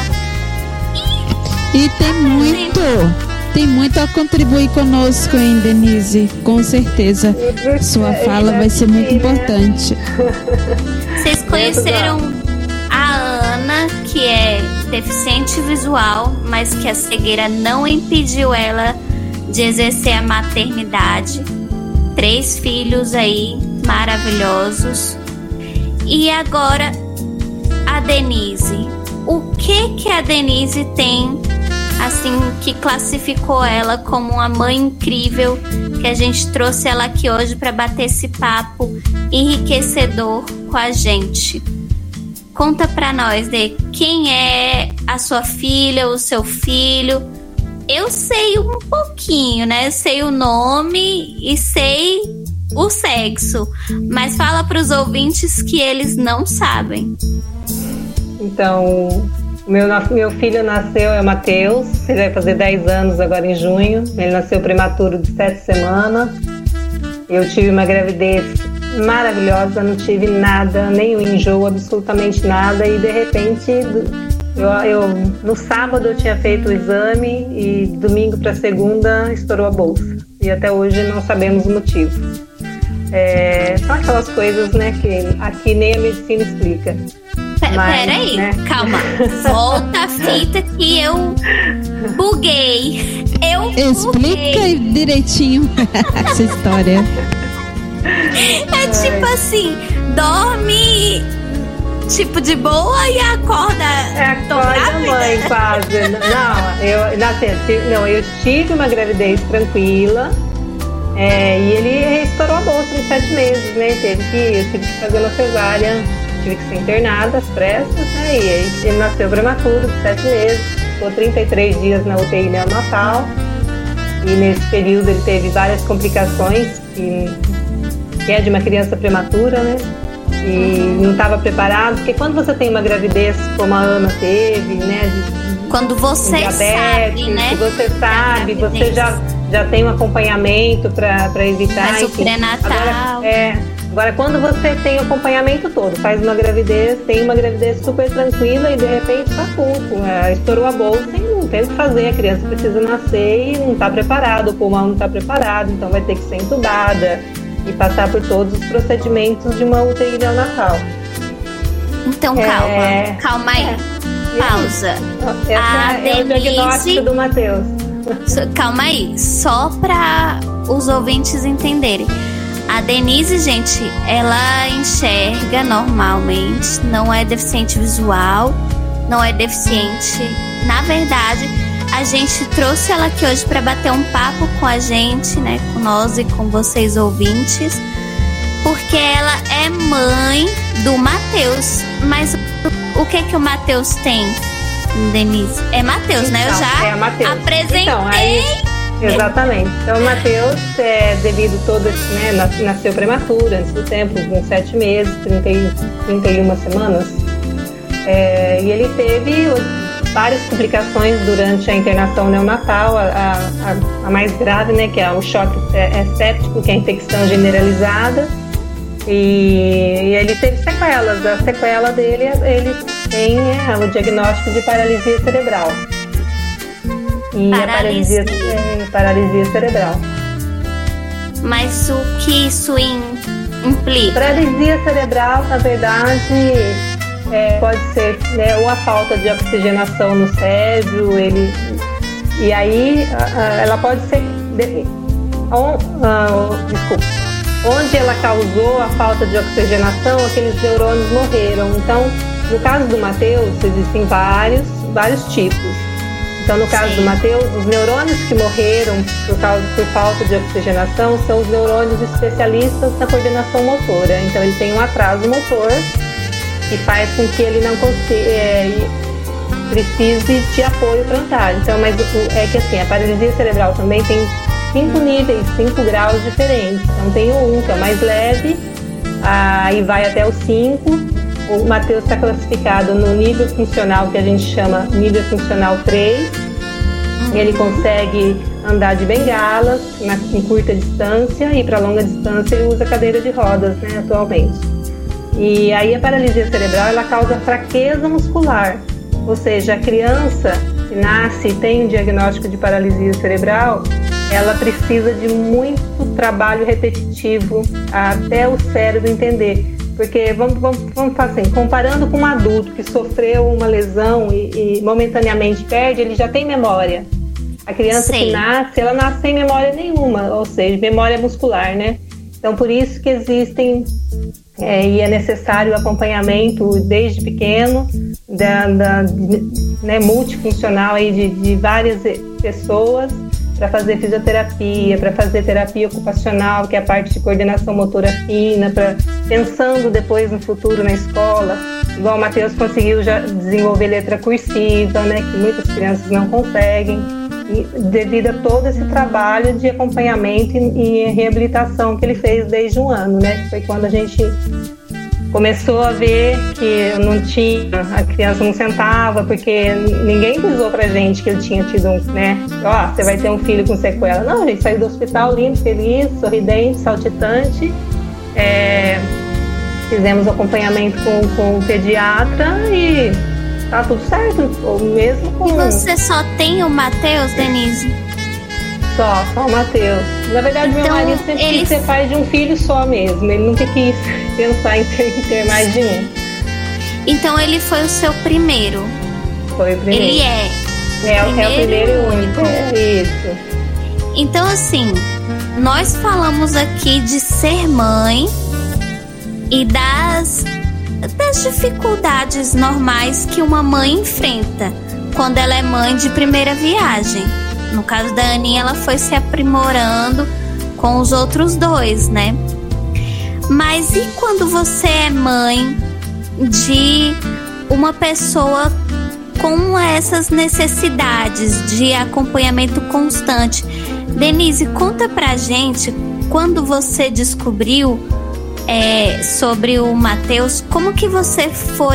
E tem muito a contribuir conosco, hein, Denise? Com certeza. Sua fala vai ser muito importante. Vocês conheceram a Ana, que é deficiente visual, mas que a cegueira não impediu ela de exercer a maternidade. 3 filhos aí, maravilhosos. E agora, a Denise. O que a Denise tem, assim, que classificou ela como uma mãe incrível, que a gente trouxe ela aqui hoje para bater esse papo enriquecedor com a gente? Conta pra nós, de quem é a sua filha, o seu filho. Eu sei um pouquinho, né? Eu sei o nome e sei o sexo, mas fala pros ouvintes que eles não sabem. Então, meu filho nasceu, é o Matheus, ele vai fazer 10 anos agora em junho. Ele nasceu prematuro de 7 semanas. Eu tive uma gravidez maravilhosa, não tive nada, nenhum enjoo, absolutamente nada. E de repente, no sábado eu tinha feito o exame e domingo para segunda estourou a bolsa. E até hoje não sabemos o motivo. São aquelas coisas, né, que aqui nem a medicina explica. Peraí, né? Calma. Volta a fita que eu buguei. Explica direitinho essa história. É tipo assim, dorme tipo de boa e acorda. Acorda mãe, quase. Eu tive uma gravidez tranquila. E ele estourou a bolsa em 7 meses, né? Eu tive que fazer uma cesárea, tive que ser internada às pressas, né? E ele nasceu prematuro, de 7 meses, ficou 33 dias na UTI neonatal. E nesse período ele teve várias complicações, que é de uma criança prematura, né? E não estava preparado, porque quando você tem uma gravidez como a Ana teve, né? Quando você diabetes, sabe, né? Você sabe, você já tem um acompanhamento para evitar. Faz o pré-natal. Agora, quando você tem o acompanhamento todo, faz uma gravidez, tem uma gravidez super tranquila e de repente estourou a bolsa e não tem o que fazer. A criança precisa nascer e não está preparado, o pulmão não está preparado, então vai ter que ser entubada e passar por todos os procedimentos de uma UTI neonatal. Então, calma aí. Pausa. É o diagnóstico do Matheus. Calma aí, só para os ouvintes entenderem. A Denise, gente, ela enxerga normalmente, não é deficiente visual, não é deficiente. Na verdade, a gente trouxe ela aqui hoje para bater um papo com a gente, né, com nós e com vocês ouvintes, porque ela é mãe do Matheus. Mas o que o Matheus tem, Denise? É Matheus, né? Eu já apresentei. Exatamente. Então, o Matheus, devido todo esse, né, nasceu prematuro, antes do tempo, com 7 meses, 31 semanas. E ele teve várias complicações durante a internação neonatal, a mais grave, né, que é o choque séptico, que é a infecção generalizada. E ele teve sequelas. A sequela dele, ele tem o diagnóstico de paralisia cerebral. E paralisia. A paralisia cerebral. Mas o que isso implica? Paralisia cerebral, na verdade, pode ser, né, ou a falta de oxigenação no cérebro, e aí ela pode ser... Onde ela causou a falta de oxigenação, aqueles neurônios morreram. Então, no caso do Matheus, existem vários tipos. Então, no caso do Matheus, os neurônios que morreram por falta de oxigenação são os neurônios especialistas na coordenação motora. Então, ele tem um atraso motor que faz com que ele não precise de apoio para andar. Então, mas é que assim, a paralisia cerebral também tem 5 níveis, 5 graus diferentes. Então, tem o 1, que é o mais leve, e vai até o 5. O Matheus está classificado no nível funcional, que a gente chama nível funcional 3. Ele consegue andar de bengalas em curta distância, e para longa distância ele usa cadeira de rodas, né, atualmente. E aí a paralisia cerebral, ela causa fraqueza muscular, ou seja, a criança que nasce e tem um diagnóstico de paralisia cerebral, ela precisa de muito trabalho repetitivo até o cérebro entender. Porque, vamos falar assim, comparando com um adulto que sofreu uma lesão e momentaneamente perde, ele já tem memória. A criança que nasce, ela nasce sem memória nenhuma, ou seja, memória muscular, né? Então, por isso que existem e é necessário o acompanhamento desde pequeno, né, multifuncional aí de várias pessoas, para fazer fisioterapia, para fazer terapia ocupacional, que é a parte de coordenação motora fina, pensando depois no futuro na escola. Igual o Matheus conseguiu já desenvolver letra cursiva, né, que muitas crianças não conseguem, e devido a todo esse trabalho de acompanhamento e reabilitação que ele fez desde 1 ano, né, que foi quando a gente começou a ver que não tinha, a criança não sentava, porque ninguém avisou pra gente que ele tinha tido né? Você vai ter um filho com sequela. Não, a gente saiu do hospital lindo, feliz, sorridente, saltitante. Fizemos acompanhamento com o pediatra e tá tudo certo, ou mesmo com... E você só tem o Matheus, Denise? Só o Matheus. Na verdade, meu marido sempre quis ser pai de um filho só mesmo. Ele nunca quis pensar em ter mais de um. Então ele foi o seu primeiro? Foi o primeiro. Ele é o primeiro e único. Isso. Então, assim, nós falamos aqui de ser mãe e das dificuldades normais que uma mãe enfrenta quando ela é mãe de primeira viagem. No caso da Aninha, ela foi se aprimorando com os outros 2, né? Mas e quando você é mãe de uma pessoa com essas necessidades de acompanhamento constante? Denise, conta pra gente, quando você descobriu sobre o Matheus, como que você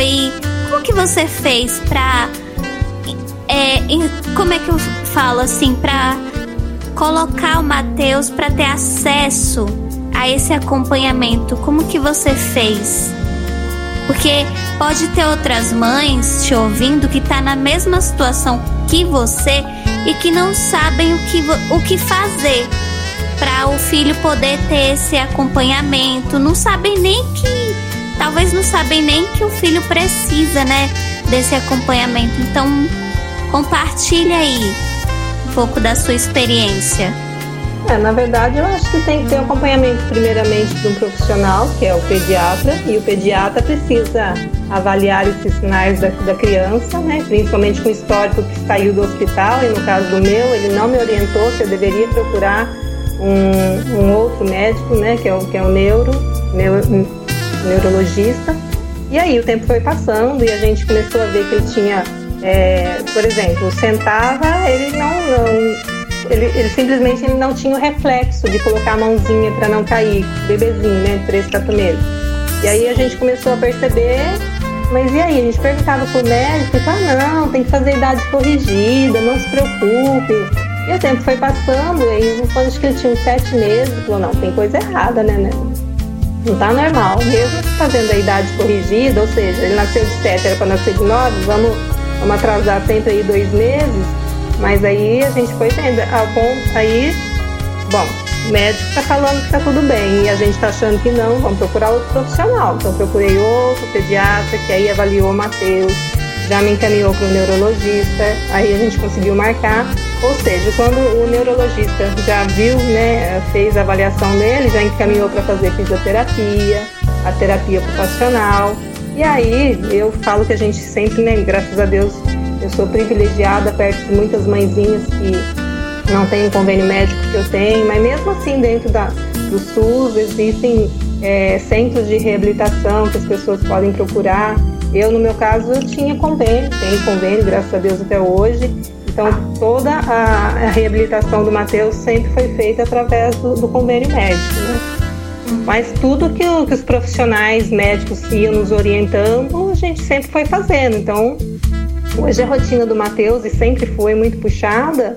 fez pra... como é que eu falo assim, para colocar o Matheus para ter acesso a esse acompanhamento? Como que você fez? Porque pode ter outras mães te ouvindo que tá na mesma situação que você e que não sabem o que fazer para o filho poder ter esse acompanhamento. Talvez não sabem nem que o filho precisa, né, desse acompanhamento. Então, compartilha aí um pouco da sua experiência. Na verdade, eu acho que tem que ter um acompanhamento primeiramente de um profissional, que é o pediatra, e o pediatra precisa avaliar esses sinais da criança, né? Principalmente com o histórico que saiu do hospital, e no caso do meu, ele não me orientou se eu deveria procurar um outro médico, né? Que é o neurologista. E aí o tempo foi passando e a gente começou a ver que ele tinha... por exemplo, sentava, ele simplesmente não tinha o reflexo de colocar a mãozinha para não cair, bebezinho, né, de 3, 4 meses. E aí a gente começou a perceber, mas e aí? A gente perguntava pro médico, não, tem que fazer idade corrigida, não se preocupe. E o tempo foi passando, e aí quando acho que ele tinha uns 7 meses, falou, não, tem coisa errada, né? Não tá normal, mesmo fazendo a idade corrigida, ou seja, ele nasceu de 7, era para nascer de 9, vamos atrasar sempre aí 2 meses, mas aí a gente foi vendo, o médico tá falando que tá tudo bem, e a gente tá achando que não, vamos procurar outro profissional. Então procurei outro pediatra, que aí avaliou o Matheus, já me encaminhou para o neurologista, aí a gente conseguiu marcar, ou seja, quando o neurologista já viu, né, fez a avaliação dele, já encaminhou para fazer fisioterapia, a terapia ocupacional. E aí, eu falo que a gente sempre, né, graças a Deus, eu sou privilegiada perto de muitas mãezinhas que não têm o convênio médico que eu tenho, mas mesmo assim, dentro do SUS, existem centros de reabilitação que as pessoas podem procurar. Eu, no meu caso, eu tinha convênio, tenho convênio, graças a Deus, até hoje. Então, toda a reabilitação do Matheus sempre foi feita através do convênio médico, né? Mas tudo que os profissionais médicos iam nos orientando, a gente sempre foi fazendo. Então, hoje a rotina do Matheus, e sempre foi muito puxada,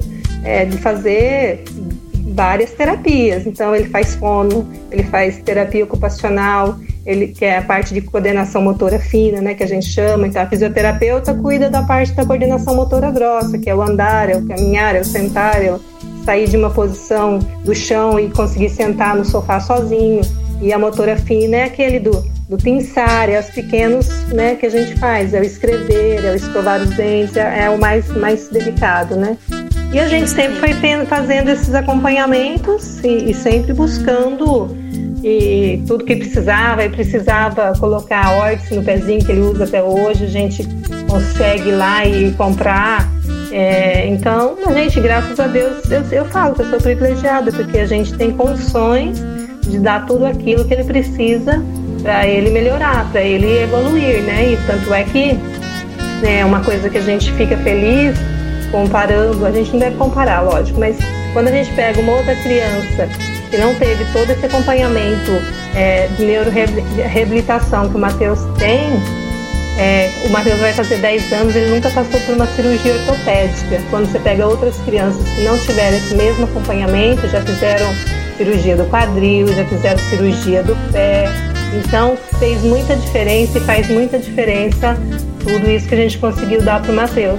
de fazer várias terapias. Então ele faz fono, ele faz terapia ocupacional, que é a parte de coordenação motora fina, né, que a gente chama. Então a fisioterapeuta cuida da parte da coordenação motora grossa, que é o andar, é o caminhar, é o sentar, é o sair de uma posição do chão e conseguir sentar no sofá sozinho. E a motora fina é aquele do pinçar, é os pequenos, né, que a gente faz, é o escrever, é o escovar os dentes, é o mais delicado, né? E a gente sempre foi fazendo esses acompanhamentos e sempre buscando e tudo que precisava. E precisava colocar a órtese no pezinho que ele usa até hoje, a gente consegue ir lá e comprar. Então, a gente, graças a Deus, eu falo que eu sou privilegiada, porque a gente tem condições de dar tudo aquilo que ele precisa para ele melhorar, para ele evoluir, né? E tanto é que uma coisa que a gente fica feliz comparando, a gente não deve comparar, lógico, mas quando a gente pega uma outra criança que não teve todo esse acompanhamento de neuroreabilitação que o Matheus tem, o Matheus vai fazer 10 anos, ele nunca passou por uma cirurgia ortopédica. Quando você pega outras crianças que não tiveram esse mesmo acompanhamento, já fizeram cirurgia do quadril, já fizeram cirurgia do pé. Então fez muita diferença e faz muita diferença tudo isso que a gente conseguiu dar para o Matheus.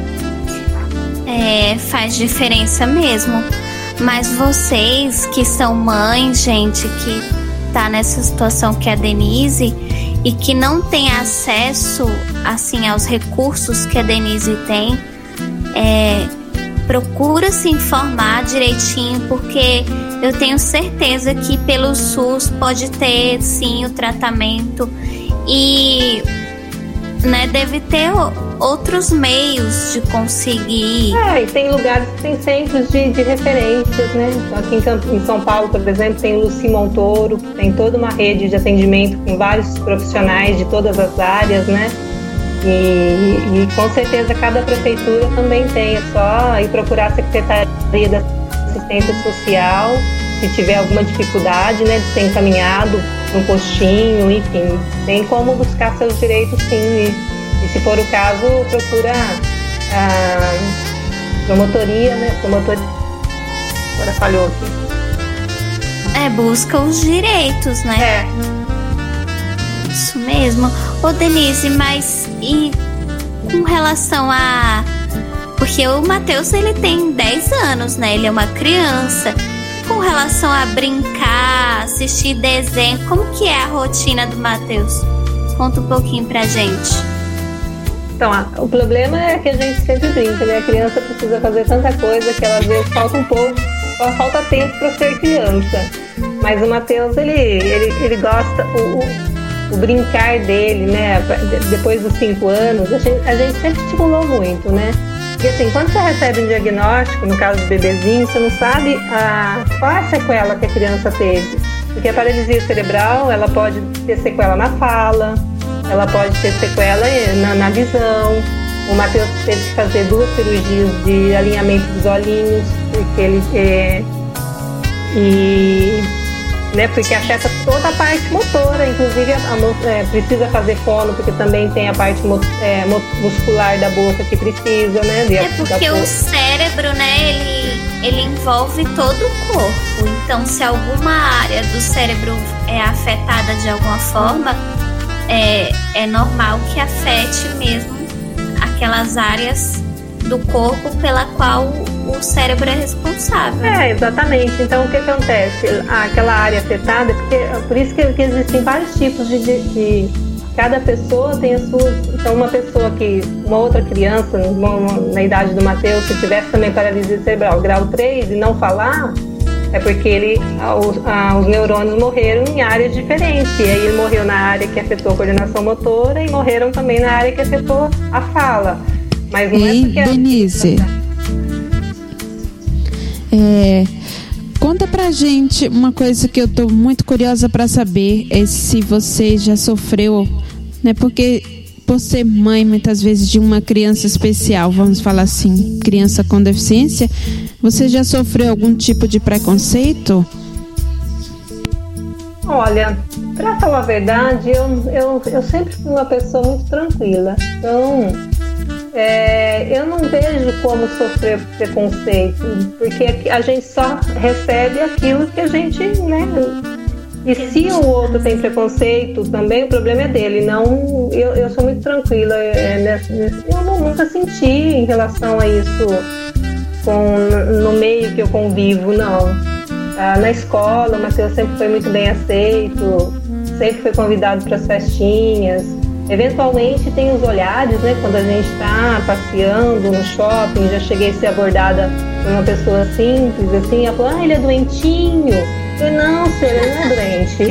Faz diferença mesmo. Mas vocês que são mães, gente, que tá nessa situação que é a Denise e que não tem acesso assim aos recursos que a Denise tem, procura se informar direitinho, porque eu tenho certeza que pelo SUS pode ter sim o tratamento e deve ter outros meios de conseguir. E tem lugares que tem centros de referências, né? Aqui em São Paulo, por exemplo, tem o Luci Montoro, que tem toda uma rede de atendimento com vários profissionais de todas as áreas, né? E com certeza cada prefeitura também tem, é só ir procurar a Secretaria da Assistência Social, se tiver alguma dificuldade, né, de ser encaminhado no postinho, enfim, tem como buscar seus direitos sim, e se for o caso, procura a promotoria, né, agora falhou aqui. Busca os direitos, né? Isso mesmo. Ô Denise, mas e com relação a... Porque o Matheus, ele tem 10 anos, né? Ele é uma criança. Com relação a brincar, assistir desenho, como que é a rotina do Matheus? Conta um pouquinho pra gente. Então, o problema é que a gente sempre brinca, né? A criança precisa fazer tanta coisa que ela às vezes falta um pouco, falta tempo para ser criança. Mas o Matheus, ele gosta... O brincar dele, né, depois dos 5 anos, a gente sempre estimulou muito, né? Porque assim, quando você recebe um diagnóstico, no caso do bebezinho, você não sabe qual é a sequela que a criança teve. Porque a paralisia cerebral, ela pode ter sequela na fala, ela pode ter sequela na visão. O Matheus teve que fazer 2 cirurgias de alinhamento dos olhinhos, porque ele... porque afeta toda a parte motora, inclusive precisa fazer fono, porque também tem a parte muscular da boca que precisa, né? Porque o cérebro, né, ele envolve todo o corpo, então se alguma área do cérebro é afetada de alguma forma, é normal que afete mesmo aquelas áreas do corpo pela qual o cérebro é responsável. Exatamente. Então, o que acontece? Aquela área afetada, por isso que existem vários tipos de... Cada pessoa tem as suas... Então, uma outra criança, na idade do Matheus, se tivesse também paralisia cerebral grau 3 e não falar, é porque os neurônios morreram em áreas diferentes. E aí ele morreu na área que afetou a coordenação motora e morreram também na área que afetou a fala. Mas não Denise, conta pra gente uma coisa que eu tô muito curiosa para saber, se você já sofreu, né? Porque por ser mãe muitas vezes de uma criança especial, vamos falar assim, criança com deficiência, você já sofreu algum tipo de preconceito? Olha, pra falar a verdade, eu sempre fui uma pessoa muito tranquila. Então, eu não vejo como sofrer preconceito, porque a gente só recebe aquilo que a gente, né? E se o outro tem preconceito também, o problema é dele. Não, eu sou muito tranquila. Eu nunca senti em relação a isso no meio que eu convivo, não. Na escola, o Matheus sempre foi muito bem aceito, sempre foi convidado para as festinhas. Eventualmente tem os olhares, né? Quando a gente está passeando no shopping, já cheguei a ser abordada por uma pessoa simples, assim, ela falou, ele é doentinho. Eu falei, não, senhor, ele não é doente.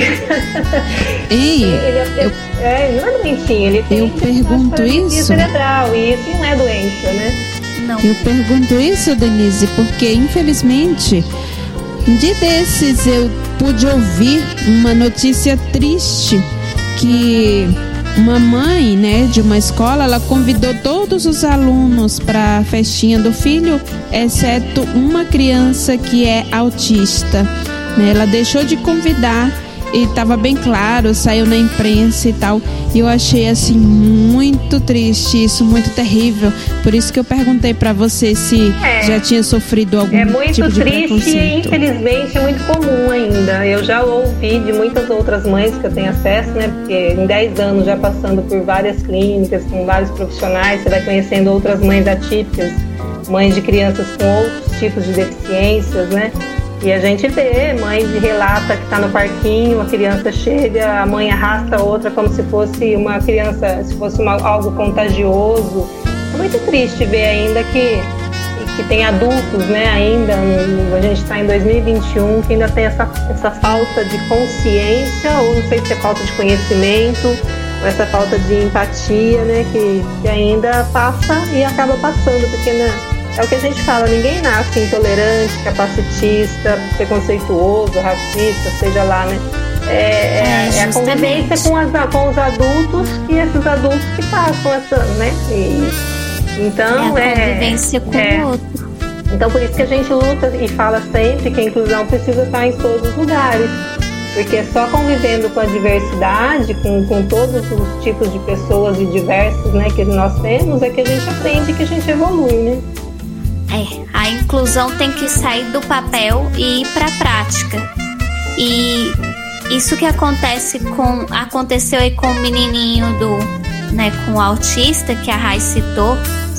Ele não é doentinho, ele tem paralisia cerebral, e isso não é doença, né? Não. Eu pergunto isso, Denise, porque infelizmente, um dia desses eu pude ouvir uma notícia triste que uma mãe, né, de uma escola, ela convidou todos os alunos para a festinha do filho, exceto uma criança que é autista, né? Ela deixou de convidar e estava bem claro, saiu na imprensa e tal. E eu achei assim muito triste isso, muito terrível. Por isso que eu perguntei para você se já tinha sofrido algum tipo de preconceito. É muito triste e infelizmente é muito comum ainda. Eu já ouvi de muitas outras mães que eu tenho acesso, né? Porque em 10 anos já passando por várias clínicas, com vários profissionais, você vai conhecendo outras mães atípicas, mães de crianças com outros tipos de deficiências, né? E a gente vê mãe que relata que está no parquinho, a criança chega, a mãe arrasta a outra como se fosse uma criança, se fosse algo contagioso. É muito triste ver ainda que tem adultos, né, ainda, a gente está em 2021, que ainda tem essa falta de consciência, ou não sei se é falta de conhecimento, ou essa falta de empatia, né, que ainda passa e acaba passando, porque, né, é o que a gente fala, ninguém nasce intolerante, capacitista, preconceituoso, racista, seja lá, né? É a convivência com os adultos e esses adultos que passam essa, né? Então, a convivência com o outro. Então, por isso que a gente luta e fala sempre que a inclusão precisa estar em todos os lugares. Porque só convivendo com a diversidade, com todos os tipos de pessoas e diversos, né, que nós temos, é que a gente aprende, que a gente evolui, né? A inclusão tem que sair do papel e ir para a prática. E isso que aconteceu aí com o menininho com o autista, que a Rai citou,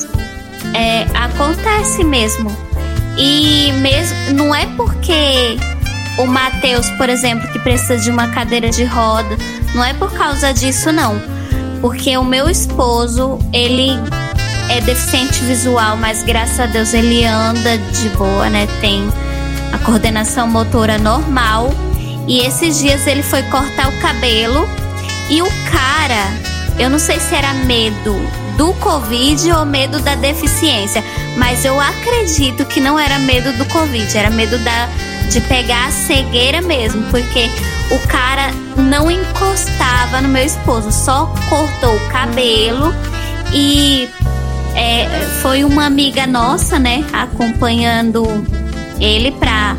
acontece mesmo. E mesmo não é porque o Matheus, por exemplo, que precisa de uma cadeira de roda, não é por causa disso, não. Porque o meu esposo, ele é deficiente visual, mas graças a Deus ele anda de boa, né? Tem a coordenação motora normal. E esses dias ele foi cortar o cabelo e o cara, eu não sei se era medo do Covid ou medo da deficiência, mas eu acredito que não era medo do Covid, era medo de pegar a cegueira mesmo, porque o cara não encostava no meu esposo, só cortou o cabelo e foi uma amiga nossa, né, acompanhando ele pra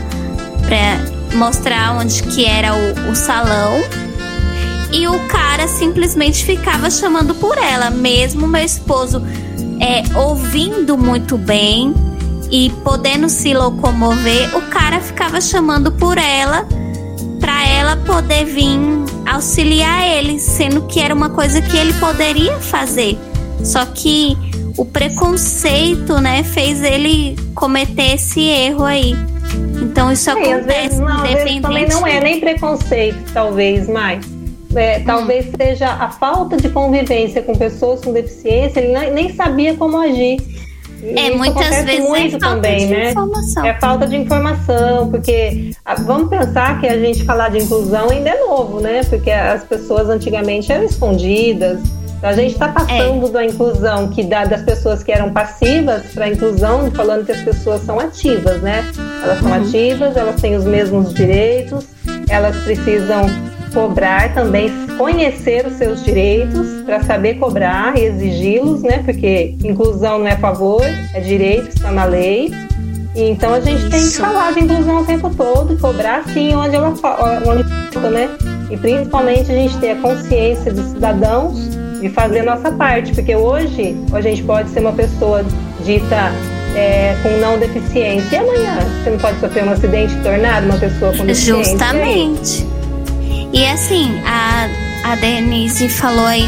mostrar onde que era o salão, e o cara simplesmente ficava chamando por ela, mesmo meu esposo ouvindo muito bem e podendo se locomover, o cara ficava chamando por ela pra ela poder vir auxiliar ele, sendo que era uma coisa que ele poderia fazer, só que o preconceito, né, fez ele cometer esse erro aí. Então isso acontece. Às vezes também não é nem preconceito, talvez, mais. Talvez seja a falta de convivência com pessoas com deficiência, ele nem sabia como agir. Muitas vezes muito também, né? Informação. É falta de informação, porque vamos pensar que a gente falar de inclusão ainda é novo, né? Porque as pessoas antigamente eram escondidas. A gente está passando da inclusão das pessoas que eram passivas para a inclusão, falando que as pessoas são ativas, né? Elas são ativas, elas têm os mesmos direitos, elas precisam cobrar também, conhecer os seus direitos para saber cobrar e exigi-los, né? Porque inclusão não é favor, é direito, está na lei. E então a gente tem que falar de inclusão o tempo todo, cobrar sim onde ela falta, né? E principalmente a gente ter a consciência dos cidadãos de fazer a nossa parte, porque hoje a gente pode ser uma pessoa dita com não deficiência, e amanhã você não pode sofrer um acidente de tornado, uma pessoa com deficiência. Justamente. E assim, a Denise falou aí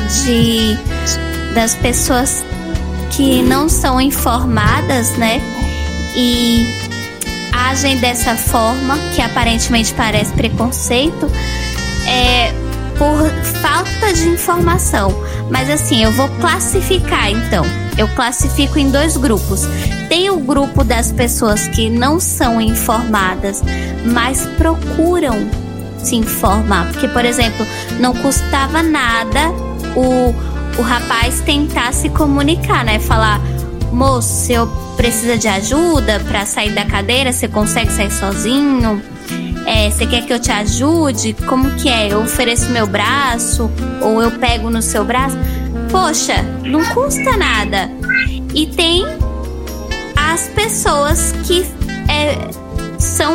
das pessoas que não são informadas, né? E agem dessa forma, que aparentemente parece preconceito, por falta de informação. Mas assim, eu vou classificar então. Eu classifico em 2 grupos. Tem o grupo das pessoas que não são informadas, mas procuram se informar. Porque, por exemplo, não custava nada o rapaz tentar se comunicar, né? Falar: moço, se eu precisa de ajuda para sair da cadeira, você consegue sair sozinho? Você quer que eu te ajude? Como que é? Eu ofereço meu braço ou eu pego no seu braço? Poxa, não custa nada. E tem as pessoas que são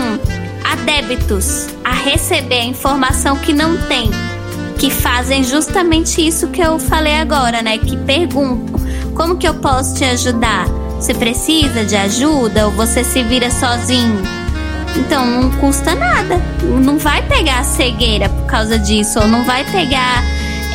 adébitos a receber a informação que não tem, que fazem justamente isso que eu falei agora, né? Que perguntam: como que eu posso te ajudar? Você precisa de ajuda ou você se vira sozinho? Então não custa nada. Não vai pegar a cegueira por causa disso, ou não vai pegar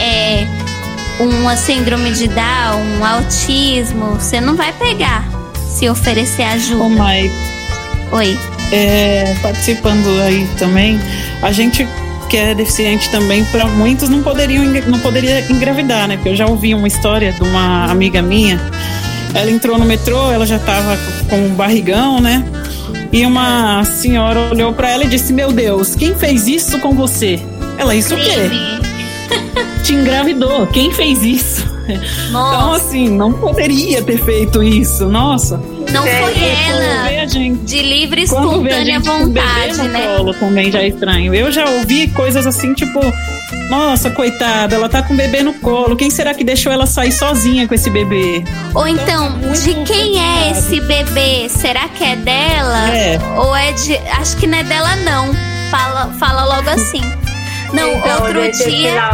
uma síndrome de Down, um autismo. Você não vai pegar se oferecer ajuda. Ô, Mai. Oi. Participando aí também, a gente que é deficiente também, para muitos não poderia engravidar, né? Porque eu já ouvi uma história de uma amiga minha. Ela entrou no metrô, ela já tava com um barrigão, né? E uma senhora olhou para ela e disse: meu Deus, quem fez isso com você? Ela: isso o quê? Te engravidou, quem fez isso? Nossa. Então assim, não poderia ter feito isso. Nossa. Não foi ela, de livre, espontânea vontade, né? Colo também já é estranho. Eu já ouvi coisas assim, tipo: nossa, coitada, ela tá com o bebê no colo, quem será que deixou ela sair sozinha com esse bebê? Ou então, de quem é esse bebê? Será que é dela? Ou é de... Acho que não é dela, não. Fala logo assim. Não, então, outro dia...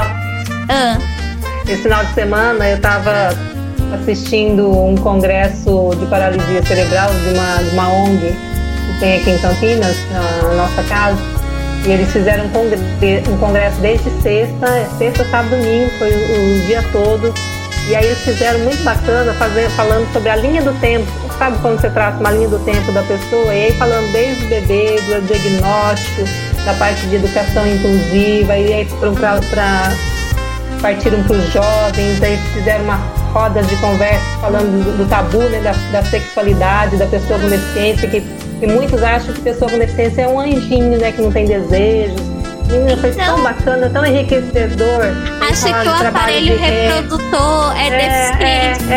Esse final de semana eu tava assistindo um congresso de paralisia cerebral de uma ONG que tem aqui em Campinas, na nossa casa. E eles fizeram um congresso desde sexta, sábado, domingo, foi o dia todo. E aí eles fizeram muito bacana, falando sobre a linha do tempo. Sabe quando você traça uma linha do tempo da pessoa? E aí falando desde o bebê, do diagnóstico, da parte de educação inclusiva, e aí partiram para os jovens, aí fizeram uma roda de conversa falando do tabu, né, da sexualidade, da pessoa com deficiência, que muitos acham que pessoa com deficiência é um anjinho, né, que não tem desejos. E foi tão bacana, tão enriquecedor. Acha que o aparelho reprodutor é deficiente.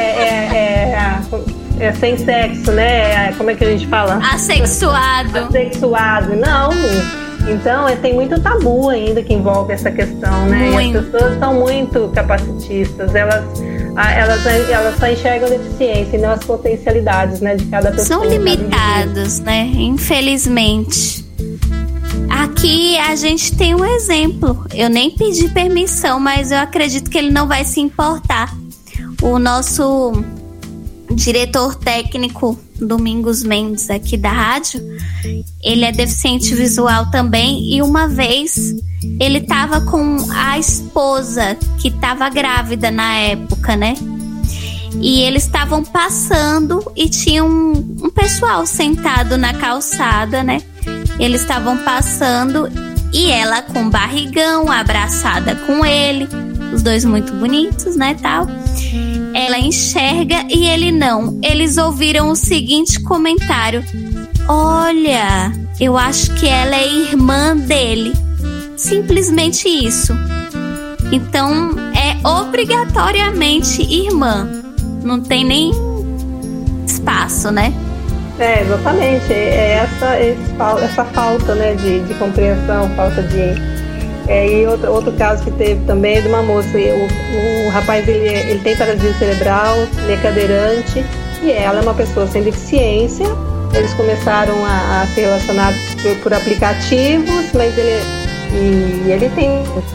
É sem sexo, né? Como é que a gente fala? Assexuado. Assexuado, não. Então, tem muito tabu ainda que envolve essa questão, né? Muito. E as pessoas são muito capacitistas. Elas só enxergam a deficiência e não as potencialidades, né, de cada pessoa. São limitados, né? Infelizmente. Aqui a gente tem um exemplo. Eu nem pedi permissão, mas eu acredito que ele não vai se importar. O nosso diretor técnico, Domingos Mendes, aqui da rádio, ele é deficiente visual também, e uma vez ele tava com a esposa que tava grávida na época, né? E eles estavam passando e tinha um pessoal sentado na calçada, né? Eles estavam passando e ela com barrigão, abraçada com ele, os dois muito bonitos, né, tal. Ela enxerga e ele não. Eles ouviram o seguinte comentário: olha, eu acho que ela é irmã dele. Simplesmente isso. Então é obrigatoriamente irmã. Não tem nem espaço, né? Exatamente. Essa falta, né, de compreensão, falta de... E outro caso que teve também é de uma moça. O rapaz, ele tem paralisia cerebral, ele é cadeirante, e ela é uma pessoa sem deficiência. Eles começaram a se relacionar por aplicativos, mas ele tem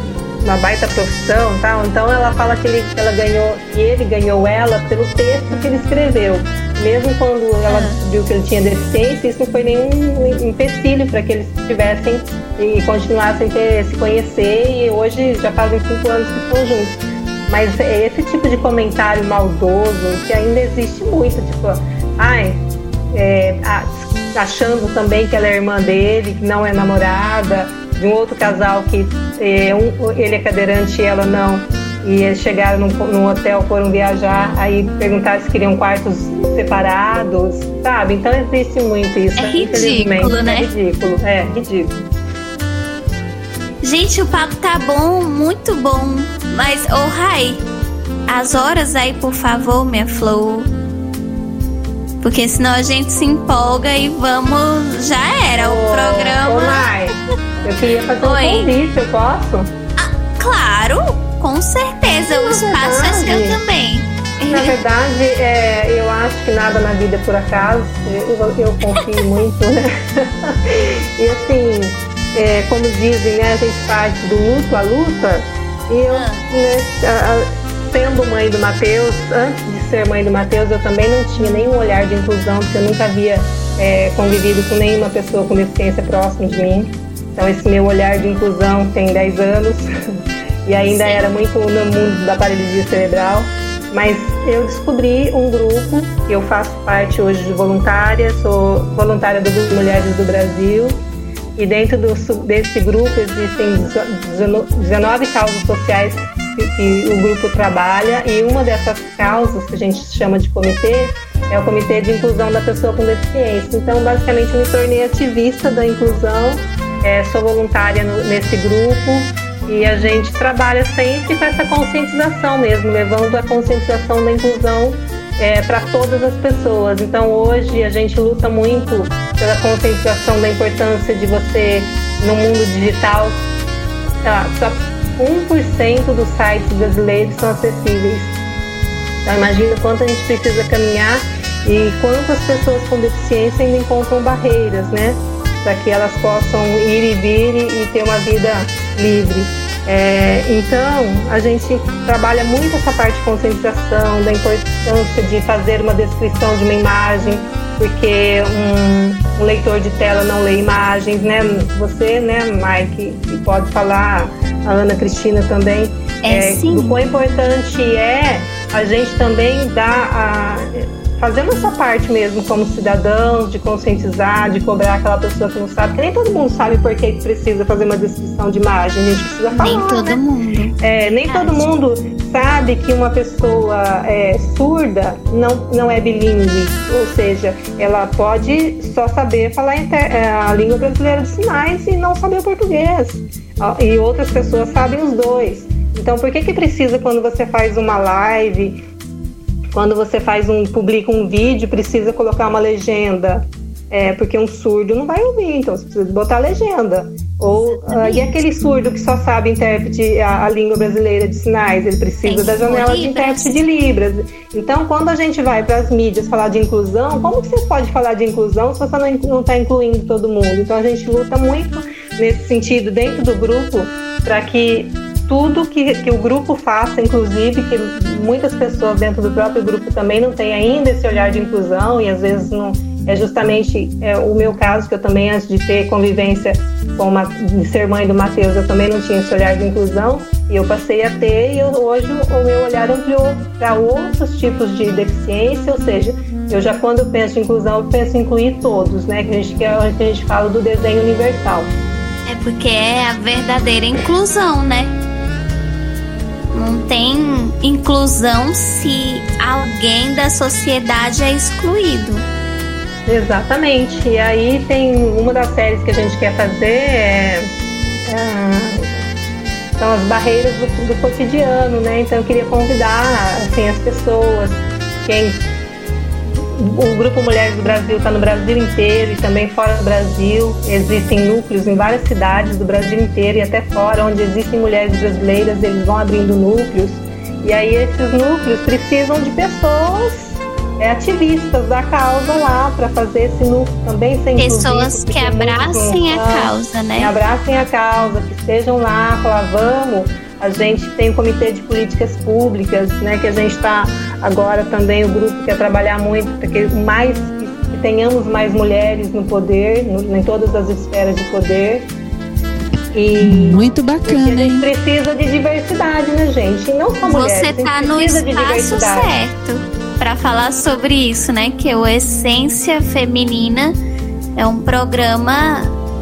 uma baita profissão, tal. Então ela fala que ele ganhou ela pelo texto que ele escreveu. Mesmo quando ela descobriu que ele tinha deficiência, isso não foi nenhum empecilho para que eles tivessem e continuassem a se conhecer, e hoje já fazem 5 anos que estão juntos. Mas esse tipo de comentário maldoso, que ainda existe muito, tipo, achando também que ela é irmã dele, que não é namorada, de um outro casal que ele é cadeirante e ela não, e eles chegaram num hotel, foram viajar, aí perguntaram se queriam quartos separados, sabe? Então existe muito isso. É ridículo, né? É ridículo. Gente, o papo tá bom, muito bom. Mas, Rai, as horas aí, por favor, minha flor. Porque senão a gente se empolga e vamos... Já era o programa. Rai, eu queria fazer um convite, eu posso? Claro, com certeza. O espaço é seu também. Na verdade, eu acho que nada na vida é por acaso. Eu confio muito, né? E assim... como dizem, né, a gente parte do luto à luta. E eu, sendo mãe do Matheus, antes de ser mãe do Matheus, eu também não tinha nenhum olhar de inclusão, porque eu nunca havia convivido com nenhuma pessoa com deficiência próximo de mim. Então esse meu olhar de inclusão tem 10 anos e ainda era muito no mundo da paralisia cerebral. Mas eu descobri um grupo, eu faço parte hoje de voluntária, sou voluntária do Grupo Mulheres do Brasil. E dentro desse grupo existem 19 causas sociais que o grupo trabalha, e uma dessas causas, que a gente chama de comitê, é o Comitê de Inclusão da Pessoa com Deficiência. Então, basicamente, eu me tornei ativista da inclusão, sou voluntária nesse grupo, e a gente trabalha sempre com essa conscientização mesmo, levando a conscientização da inclusão para todas as pessoas. Então hoje a gente luta muito pela conscientização da importância de você, no mundo digital, só 1% dos sites brasileiros são acessíveis. Então imagina quanto a gente precisa caminhar e quantas pessoas com deficiência ainda encontram barreiras, né? Para que elas possam ir e vir e ter uma vida livre. Então, a gente trabalha muito essa parte de conscientização, da importância de fazer uma descrição de uma imagem, porque um leitor de tela não lê imagens, né? Você, né, Mike, que pode falar, a Ana Cristina também, do quão importante é a gente também fazendo essa parte mesmo como cidadãos, de conscientizar, de cobrar aquela pessoa que não sabe, porque nem todo mundo sabe por que precisa fazer uma descrição de imagem, a gente precisa falar. Nem todo mundo. Nem todo mundo sabe que uma pessoa surda não é bilíngue, ou seja, ela pode só saber falar a língua brasileira de sinais e não saber o português. E outras pessoas sabem os dois. Então, por que precisa, quando você faz uma live, quando você publica um vídeo, precisa colocar uma legenda? Porque um surdo não vai ouvir, então você precisa botar a legenda. E aquele surdo que só sabe intérprete a língua brasileira de sinais, ele precisa da janela de intérprete de Libras. Então, quando a gente vai para as mídias falar de inclusão, como que você pode falar de inclusão se você não está incluindo todo mundo? Então, a gente luta muito nesse sentido dentro do grupo, para que tudo que o grupo faça, inclusive, que muitas pessoas dentro do próprio grupo também não têm ainda esse olhar de inclusão, e às vezes não é justamente o meu caso, que eu também, antes de ter convivência de ser mãe do Matheus, eu também não tinha esse olhar de inclusão, e eu passei a ter, e hoje o meu olhar ampliou para outros tipos de deficiência, ou seja, quando eu penso em inclusão, eu penso em incluir todos, né, que é onde a gente fala do desenho universal. É porque é a verdadeira inclusão, né? Não tem inclusão se alguém da sociedade é excluído. Exatamente. E aí tem uma das séries que a gente quer fazer são as barreiras do cotidiano, né? Então eu queria convidar assim, as pessoas, o Grupo Mulheres do Brasil está no Brasil inteiro e também fora do Brasil. Existem núcleos em várias cidades do Brasil inteiro e até fora, onde existem mulheres brasileiras, eles vão abrindo núcleos. E aí esses núcleos precisam de pessoas ativistas da causa lá, para fazer esse núcleo também ser inclusivo. Pessoas que abracem a causa, né? Que abracem a causa, que estejam lá, falar, vamos A gente tem o Comitê de Políticas Públicas, né, que a gente está agora também, o grupo quer trabalhar muito para que tenhamos mais mulheres no poder, em todas as esferas de poder. E muito bacana, a gente precisa de diversidade, né, gente? E não só mulheres. Você está no espaço certo para falar sobre isso, né? Que o Essência Feminina é um programa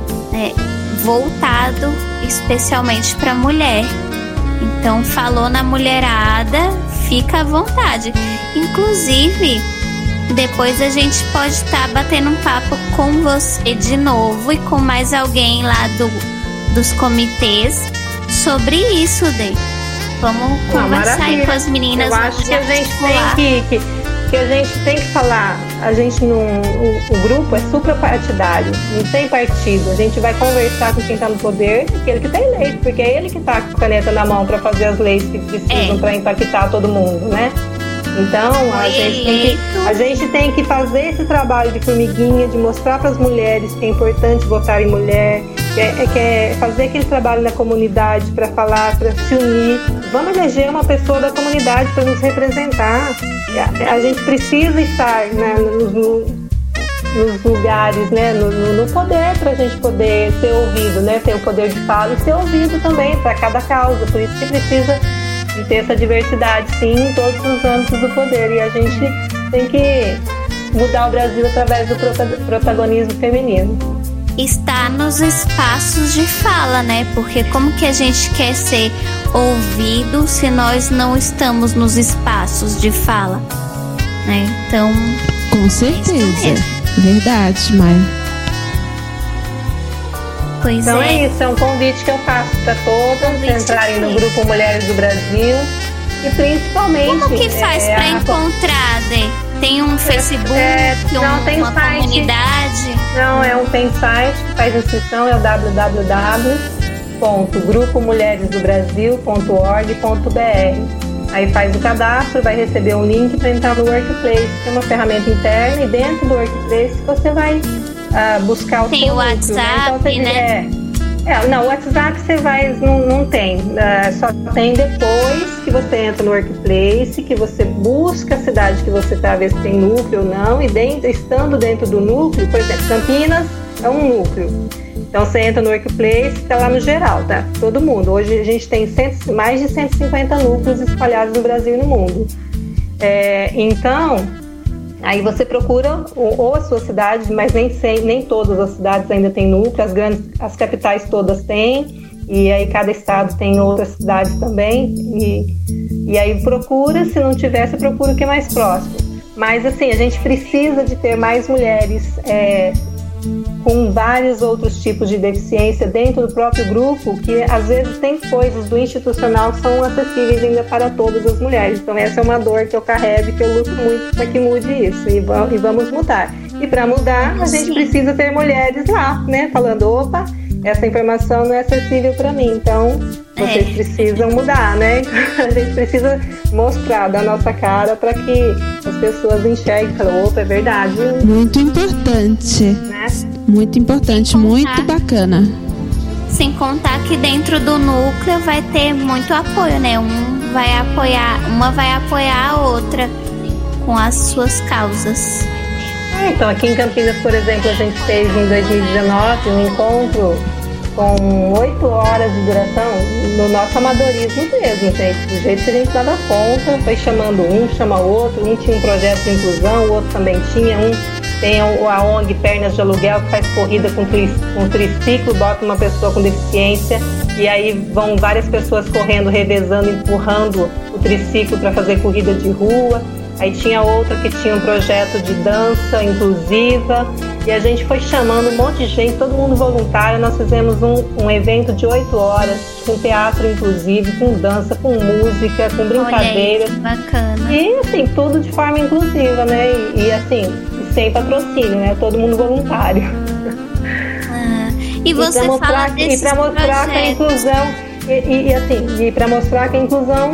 voltado especialmente para mulher. Então, falou na mulherada, fica à vontade. Inclusive, depois a gente pode estar batendo um papo com você de novo e com mais alguém lá dos comitês sobre isso, Dê. Vamos conversar aí com as meninas. Eu acho que a gente tem que falar. A gente o grupo é suprapartidário, não tem partido. A gente vai conversar com quem está no poder, aquele que está eleito, porque é ele que está com a caneta na mão para fazer as leis que precisam para impactar todo mundo, né? Então, a gente tem que fazer esse trabalho de formiguinha, de mostrar para as mulheres que é importante votar em mulher, que é fazer aquele trabalho na comunidade para falar, para se unir. Vamos eleger uma pessoa da comunidade para nos representar. A gente precisa estar, né, nos lugares, né, no poder, para a gente poder ser ouvido, né, ter o poder de fala e ser ouvido também para cada causa. Por isso que precisa de ter essa diversidade, sim, em todos os âmbitos do poder. E a gente tem que mudar o Brasil através do protagonismo feminino. Está nos espaços de fala, né? Porque como que a gente quer ser ouvido se nós não estamos nos espaços de fala, né? Então, com certeza, verdade, Maia. Pois então é isso, é um convite que eu faço para todas entrarem no Grupo Mulheres do Brasil e principalmente... Como que faz para encontrar, Dê? Tem um Facebook, uma comunidade? Não, tem site que faz inscrição, é o www.grupomulheresdobrasil.org.br. Aí faz o cadastro, vai receber um link para entrar no Workplace, que é uma ferramenta interna, e dentro do Workplace você vai buscar o seu núcleo, WhatsApp, né? Não, o WhatsApp você vai, não tem, só tem depois que você entra no Workplace, que você busca a cidade que você está, ver se tem núcleo ou não, e estando dentro do núcleo, por exemplo, Campinas é um núcleo, então você entra no Workplace, está lá no geral, tá? Todo mundo. Hoje a gente tem mais de 150 núcleos espalhados no Brasil e no mundo. Então, aí você procura ou a sua cidade, mas nem todas as cidades ainda têm núcleo, as capitais todas têm, e aí cada estado tem outras cidades também, e aí procura, se não tiver, você procura o que é mais próximo. Mas assim, a gente precisa de ter mais mulheres com vários outros tipos de deficiência dentro do próprio grupo, que às vezes tem coisas do institucional que são acessíveis ainda para todas as mulheres. Então essa é uma dor que eu carrego e que eu luto muito para que mude isso, e vamos mudar. E para mudar, a gente precisa ter mulheres lá, né, falando, opa, essa informação não é acessível para mim, então vocês precisam mudar, né? A gente precisa mostrar da nossa cara para que as pessoas enxerguem e falem, opa, é verdade. Muito importante, né? Muito importante, muito bacana. Sem contar que dentro do núcleo vai ter muito apoio, né? Uma vai apoiar a outra com as suas causas. Então, aqui em Campinas, por exemplo, a gente fez em 2019 um encontro com 8 horas de duração no nosso amadorismo mesmo, gente. Do jeito que a gente dava conta, foi chamando chama o outro, um tinha um projeto de inclusão, o outro também tinha, tem a ONG Pernas de Aluguel, que faz corrida com triciclo, bota uma pessoa com deficiência, e aí vão várias pessoas correndo, revezando, empurrando o triciclo para fazer corrida de rua. Aí tinha outra que tinha um projeto de dança inclusiva, e a gente foi chamando um monte de gente, todo mundo voluntário. Nós fizemos um evento de 8 horas, com teatro inclusivo, com dança, com música, com brincadeiras. Olha aí, bacana. E assim, tudo de forma inclusiva, né? E assim, sem patrocínio, né? Todo mundo voluntário. E você fala desses para mostrar que a inclusão, e para mostrar que a inclusão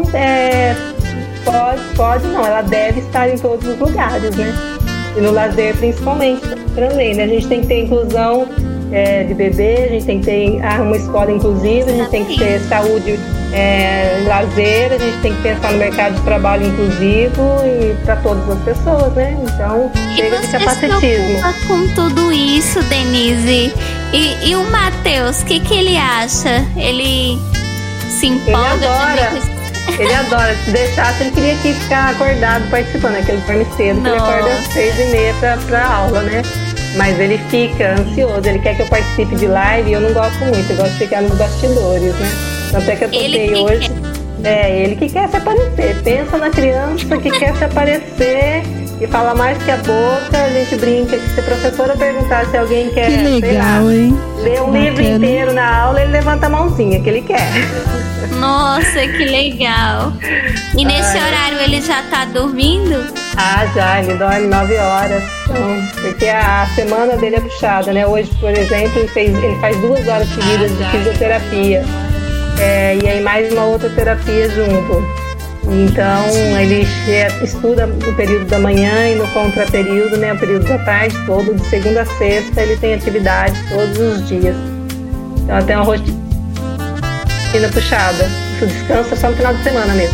pode não, ela deve estar em todos os lugares, né? E no lazer principalmente também, né? A gente tem que ter inclusão de bebê, a gente tem que ter uma escola inclusiva, a gente tem que ter saúde, lazer, a gente tem que pensar no mercado de trabalho inclusivo e para todas as pessoas, né? Então, chega de capacitismo. E você se com tudo isso, Denise? E o Matheus, o que ele acha? Ele se empolga? Ele adora. Se deixasse, ele queria aqui ficar acordado participando, né? Que ele dorme cedo, que ele acorda às 6h30 pra aula, né? Mas ele fica ansioso, ele quer que eu participe de live e eu não gosto muito, eu gosto de ficar nos bastidores, né? Tanto é que eu toquei hoje. Ele que quer se aparecer. Pensa na criança que quer se aparecer e fala mais que a boca. A gente brinca que se a professora perguntar se alguém quer, que legal, ler um livro inteiro na aula, ele levanta a mãozinha, que ele quer. Nossa, que legal. E nesse horário ele já tá dormindo? Já, ele dorme 9 horas. Então, porque a semana dele é puxada, né? Hoje, por exemplo, ele faz 2 horas seguidas de fisioterapia. E aí mais uma outra terapia junto. Então, ele estuda no período da manhã e no contraperíodo, né? O período da tarde todo, de segunda a sexta, ele tem atividade todos os dias. Então, ela tem uma rotina puxada. Descansa só no final de semana mesmo.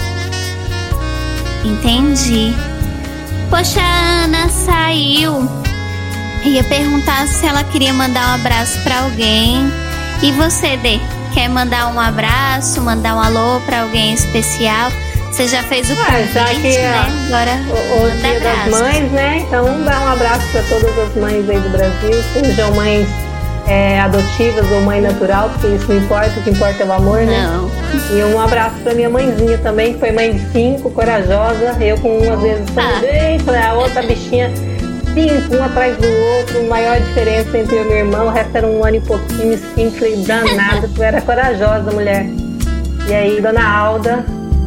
Entendi. Poxa, a Ana saiu. Ia perguntar se ela queria mandar um abraço pra alguém. E você, Dê? Quer mandar um abraço, mandar um alô pra alguém especial? Você já fez o convite, né? Agora o Dia das Mães, né? Então dá um abraço para todas as mães aí do Brasil, sejam mães adotivas ou mãe natural, porque isso não importa, o que importa é o amor, né? Não. E um abraço para minha mãezinha também, que foi mãe de 5, corajosa. Eu com umas vezes falei, a outra bichinha, 5, um atrás do outro, a maior diferença entre eu e meu irmão, o resto era 1 ano e pouquinho, 5, falei, danada, tu era corajosa, mulher. E aí, dona Alda,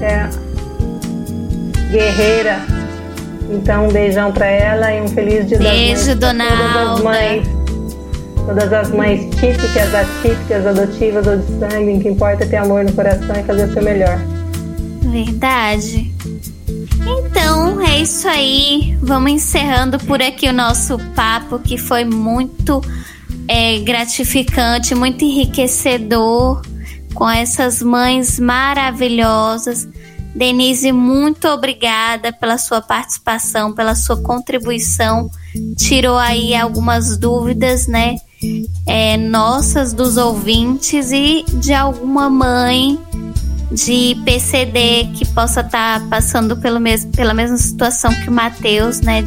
guerreira, então um beijão pra ela e um feliz Dia das Mães. Beijo, dona Alda. Todas as mães típicas, atípicas, adotivas ou de sangue, o que importa é ter amor no coração e fazer o seu melhor. Verdade. Então, é isso aí. Vamos encerrando por aqui o nosso papo, que foi muito gratificante, muito enriquecedor, com essas mães maravilhosas. Denise, muito obrigada pela sua participação, pela sua contribuição. Tirou aí algumas dúvidas, né? Nossas, dos ouvintes e de alguma mãe de PCD que possa estar passando pela mesma situação que o Matheus, né?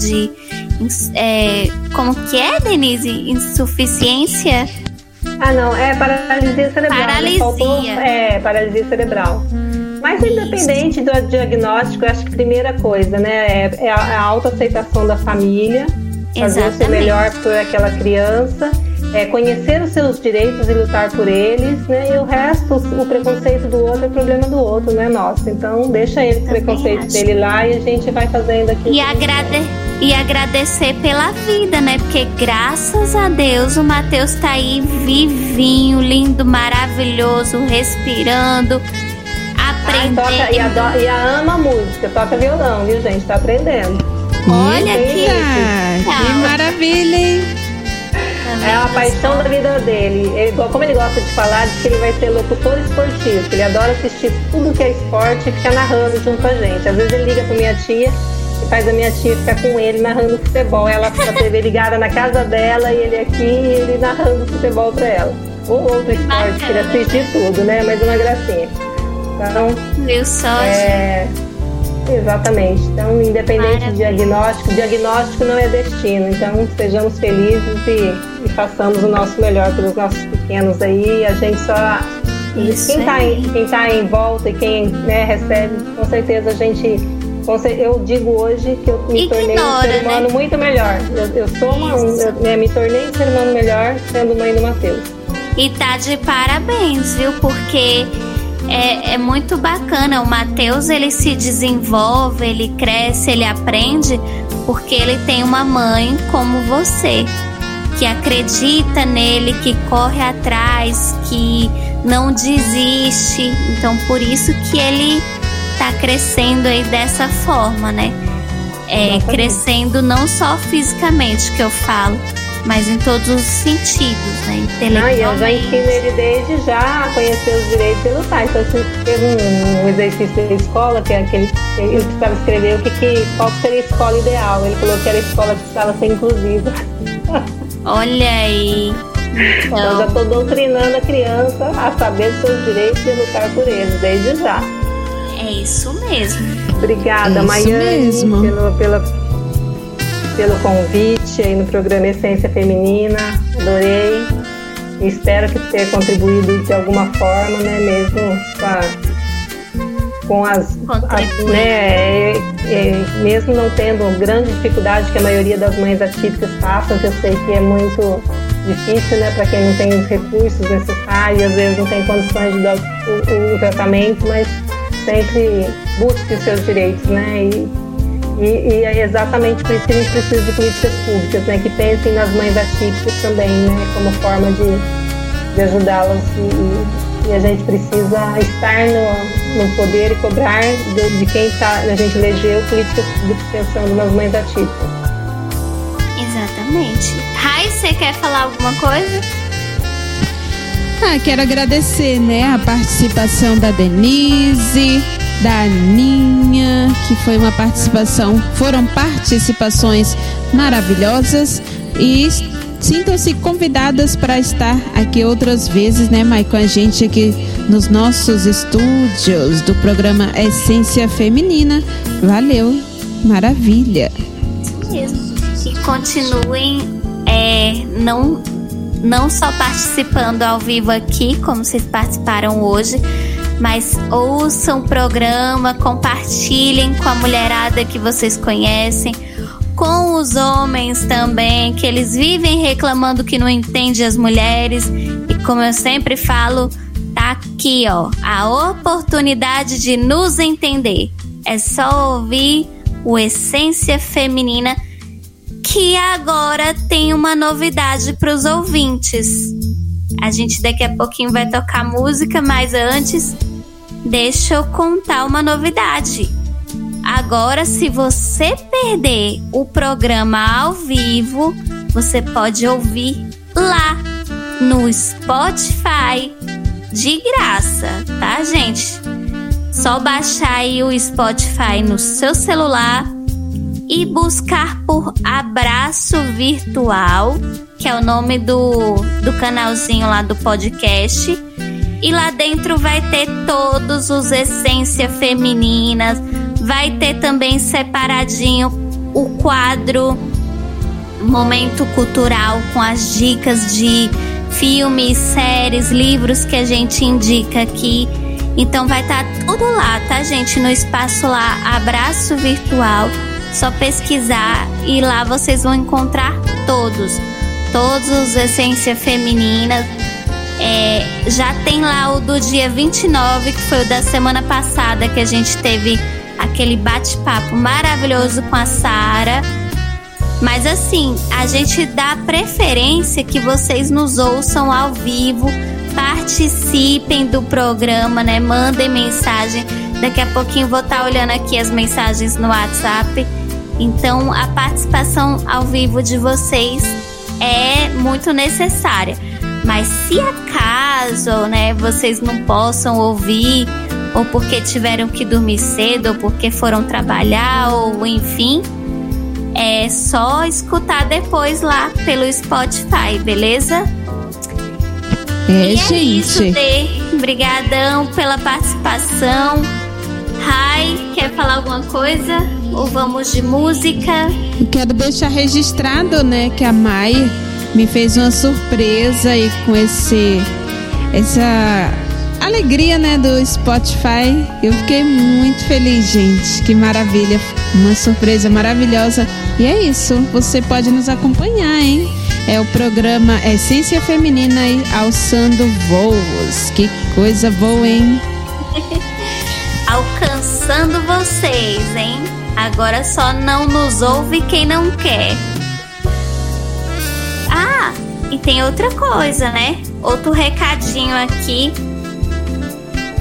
Como que é, Denise? Insuficiência? Não, é paralisia cerebral. Paralisia. Paralisia cerebral. Mas independente do diagnóstico, eu acho que a primeira coisa, né, é a autoaceitação da família, fazer o seu melhor por aquela criança, conhecer os seus direitos e lutar por eles, né, e o resto, o preconceito do outro é problema do outro, não é nosso. Então, deixa ele com o preconceito dele lá e a gente vai fazendo aqui. E agradecer pela vida, né, porque graças a Deus o Matheus tá aí vivinho, lindo, maravilhoso, respirando, aprendendo. E ama música, toca violão, viu, gente? Tá aprendendo. Olha que maravilha, hein? É a paixão da vida dele. Como ele gosta de falar, diz que ele vai ser locutor esportivo. Ele adora assistir tudo que é esporte e fica narrando junto com a gente. Às vezes ele liga pra minha tia e faz a minha tia ficar com ele narrando futebol. Ela com a TV ligada na casa dela e ele aqui e ele narrando futebol pra ela. Ou outro esporte, que ele assiste tudo, né? Mas uma gracinha. Então, viu só? Exatamente. Então, independente do diagnóstico não é destino. Então, sejamos felizes e façamos o nosso melhor pelos nossos pequenos aí. A gente só... Quem tá em volta e quem, né, recebe, com certeza a gente... Eu digo hoje que eu me tornei um ser humano muito melhor. Eu me tornei um ser humano melhor sendo mãe do Matheus. E tá de parabéns, viu? Porque... É muito bacana. O Matheus, ele se desenvolve, ele cresce, ele aprende porque ele tem uma mãe como você, que acredita nele, que corre atrás, que não desiste. Então, por isso que ele tá crescendo aí dessa forma, né? Crescendo não só fisicamente, que eu falo, mas em todos os sentidos, né? E eu já ensino ele desde já a conhecer os direitos e lutar. Então, se teve um exercício da escola, que é aquele, ele precisava escrever qual seria a escola ideal. Ele falou que era a escola que precisava ser inclusiva. Olha aí. Então, eu já estou doutrinando a criança a saber dos seus direitos e lutar por eles, desde já. É isso mesmo. Obrigada, Maiane, pelo convite aí no programa Essência Feminina. Adorei. Espero que tenha contribuído de alguma forma, né? Mesmo com as né? Mesmo não tendo grande dificuldade que a maioria das mães atípicas passam, que eu sei que é muito difícil, né? Para quem não tem os recursos necessários, às vezes não tem condições de dar o tratamento, mas sempre busque os seus direitos, né? E é exatamente por isso que a gente precisa de políticas públicas, né? Que pensem nas mães atípicas também, né? Como forma de ajudá-las e a gente precisa estar no poder e cobrar de quem a gente elegeu políticas públicas pensando nas mães atípicas. Exatamente. Rai, você quer falar alguma coisa? Quero agradecer, né, a participação da Denise, da Aninha, que foram participações maravilhosas, e sintam-se convidadas para estar aqui outras vezes, né, Mai, com a gente aqui nos nossos estúdios do programa Essência Feminina. Valeu, maravilha. Isso mesmo. E continuem, não só participando ao vivo aqui, como vocês participaram hoje, mas ouçam o programa, compartilhem com a mulherada que vocês conhecem, com os homens também, que eles vivem reclamando que não entendem as mulheres. E como eu sempre falo, tá aqui, ó, a oportunidade de nos entender. É só ouvir o Essência Feminina, que agora tem uma novidade para os ouvintes. A gente daqui a pouquinho vai tocar música, mas antes, deixa eu contar uma novidade. Agora, se você perder o programa ao vivo, você pode ouvir lá no Spotify de graça, tá, gente? Só baixar aí o Spotify no seu celular e buscar por Abraço Virtual, que é o nome do canalzinho lá do podcast. E lá dentro vai ter todos os Essência Femininas. Vai ter também separadinho o quadro Momento Cultural, com as dicas de filmes, séries, livros que a gente indica aqui. Então vai estar tudo lá, tá, gente? No espaço lá, Abraço Virtual. Só pesquisar e lá vocês vão encontrar todos os Essência Femininas. Já tem lá o do dia 29, que foi o da semana passada, que a gente teve aquele bate-papo maravilhoso com a Sara. Mas assim, a gente dá preferência que vocês nos ouçam ao vivo, participem do programa, né? Mandem mensagem. Daqui a pouquinho vou estar olhando aqui as mensagens no WhatsApp. Então, a participação ao vivo de vocês é muito necessária. Mas se acaso, né, vocês não possam ouvir, ou porque tiveram que dormir cedo, ou porque foram trabalhar, ou enfim, é só escutar depois lá pelo Spotify, beleza? Gente. É isso, Dê. Obrigadão pela participação. Rai, quer falar alguma coisa? Ou vamos de música? Eu quero deixar registrado, né, que a Mai me fez uma surpresa aí com essa alegria, né, do Spotify. Eu fiquei muito feliz, gente. Que maravilha. Uma surpresa maravilhosa. E é isso. Você pode nos acompanhar, hein? É o programa Essência Feminina e Alçando Voos. Que coisa boa, hein? Alcançando vocês, hein? Agora só não nos ouve quem não quer. Ah, e tem outra coisa, né? Outro recadinho aqui.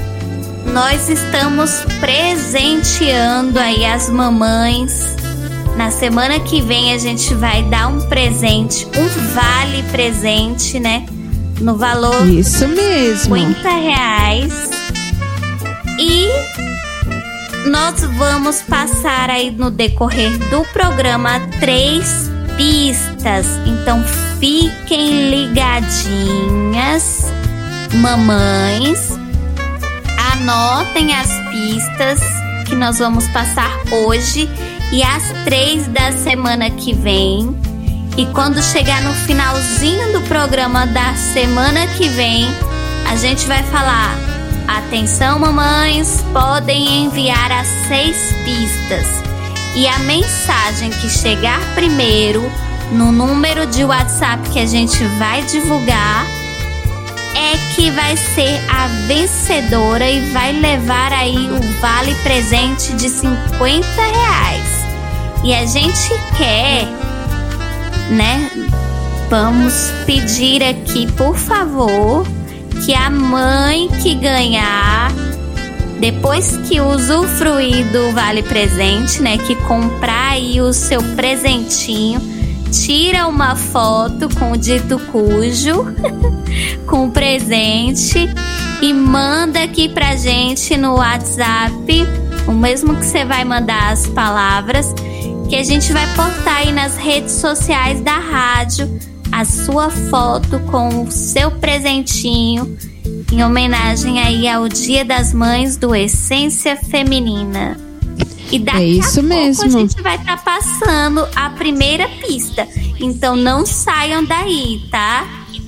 Nós estamos presenteando aí as mamães Na semana que vem a gente vai dar um presente, um vale presente, né? No valor Isso mesmo. R$50. E nós vamos passar aí no decorrer do programa 3 pistas. Então fiquem ligadinhas, mamães. Anotem as pistas que nós vamos passar hoje e as 3 da semana que vem. E quando chegar no finalzinho do programa da semana que vem, a gente vai falar: atenção, mamães, podem enviar as 6 pistas. E a mensagem que chegar primeiro no número de WhatsApp que a gente vai divulgar é que vai ser a vencedora e vai levar aí o vale presente de R$50. E a gente quer, né? Vamos pedir aqui, por favor, que a mãe que ganhar, depois que usufruir do vale presente, né, que comprar aí o seu presentinho, tira uma foto com o dito cujo, com o presente, e manda aqui pra gente no WhatsApp, o mesmo que você vai mandar as palavras, que a gente vai postar aí nas redes sociais da rádio a sua foto com o seu presentinho, em homenagem aí ao Dia das Mães do Essência Feminina. E daqui a pouco mesmo. A gente vai estar passando a primeira pista. Então não saiam daí, tá?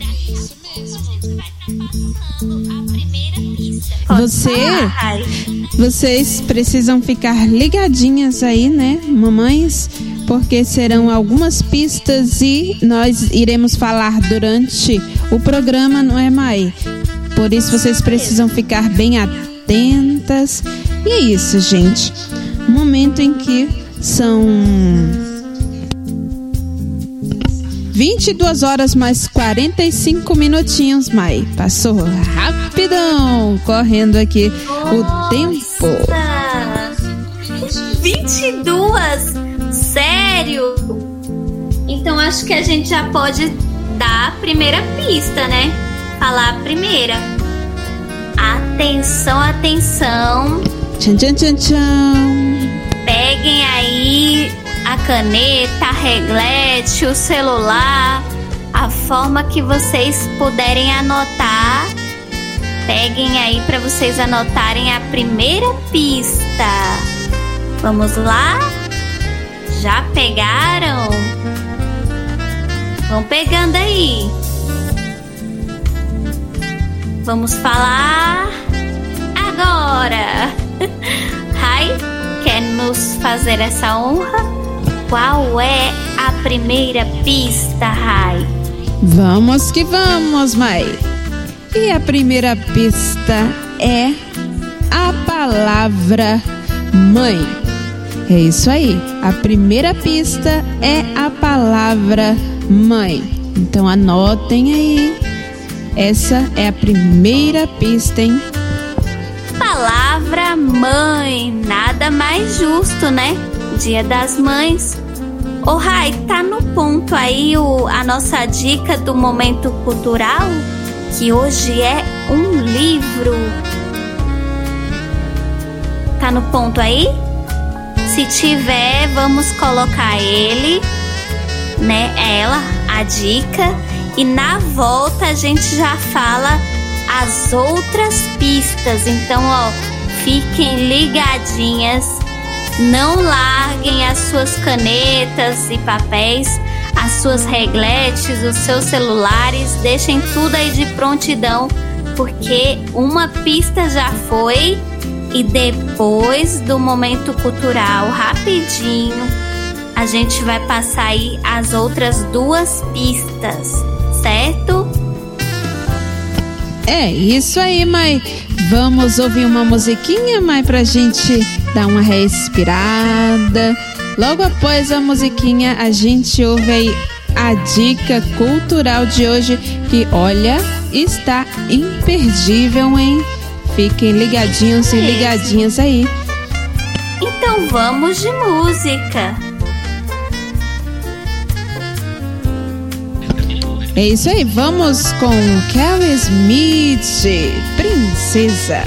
Vocês precisam ficar ligadinhas aí, né, mamães? Porque serão algumas pistas e nós iremos falar durante o programa, não é, Mai? Por isso vocês precisam ficar bem atentas. E é isso, gente. Momento em que são 22 horas mais 45 minutinhos, Mai. Passou rapidão, correndo aqui. Nossa, o tempo. 22? Sério? Então acho que a gente já pode dar a primeira pista, né? Falar a primeira. Atenção, atenção. Tchan, tchan, tchan, tchan. Peguem aí a caneta, a reglete, o celular, a forma que vocês puderem anotar. Peguem aí para vocês anotarem a primeira pista. Vamos lá? Já pegaram? Vão pegando aí. Vamos falar agora. Rai, quer nos fazer essa honra? Qual é a primeira pista, Rai? Vamos que vamos, Mai. E a primeira pista é a palavra mãe. É isso aí. A primeira pista é a palavra mãe. Então anotem aí. Essa é a primeira pista, hein? Palavra mãe. Nada mais justo, né? Dia das Mães. Ô, Rai, tá no ponto aí a nossa dica do momento cultural? Que hoje é um livro. Tá no ponto aí? Se tiver, vamos colocar ele, né? Ela, a dica. E na volta a gente já fala as outras pistas. Então, ó, fiquem ligadinhas. Não larguem as suas canetas e papéis, as suas regletes, os seus celulares. Deixem tudo aí de prontidão, porque uma pista já foi. E depois do momento cultural, rapidinho, a gente vai passar aí as outras 2 pistas, certo? É isso aí, Mai. Vamos ouvir uma musiquinha, Mai, pra gente dar uma respirada. Logo após a musiquinha, a gente ouve aí a dica cultural de hoje, que, olha, está imperdível, hein? Fiquem ligadinhos e ligadinhas aí. Então vamos de música. É isso aí, vamos com Kelly Smith, Princesa.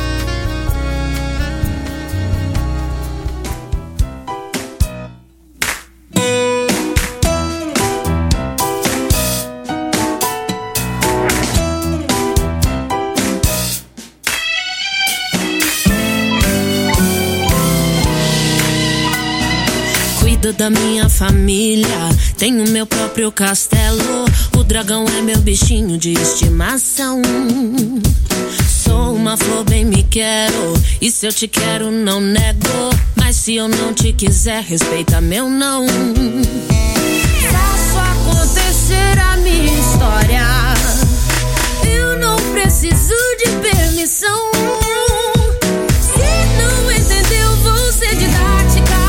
Da minha família, tenho meu próprio castelo. O dragão é meu bichinho de estimação. Sou uma flor, bem me quero. E se eu te quero, não nego. Mas se eu não te quiser, respeita meu não. Faço acontecer a minha história. Eu não preciso de permissão. Se não entendeu, vou ser didática.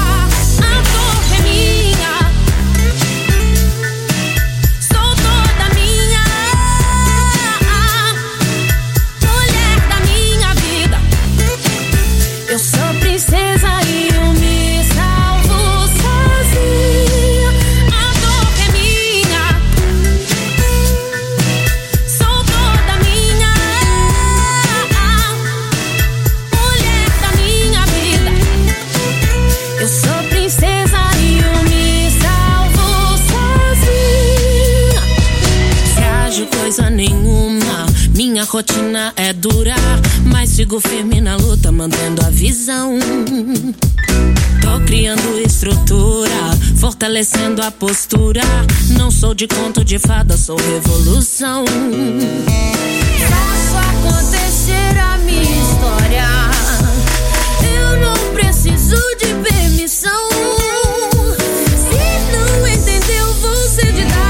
Minha rotina é dura, mas sigo firme na luta, mantendo a visão. Tô criando estrutura, fortalecendo a postura. Não sou de conto de fada, sou revolução. Faço acontecer a minha história. Eu não preciso de permissão. Se não entendeu, vou ser didática.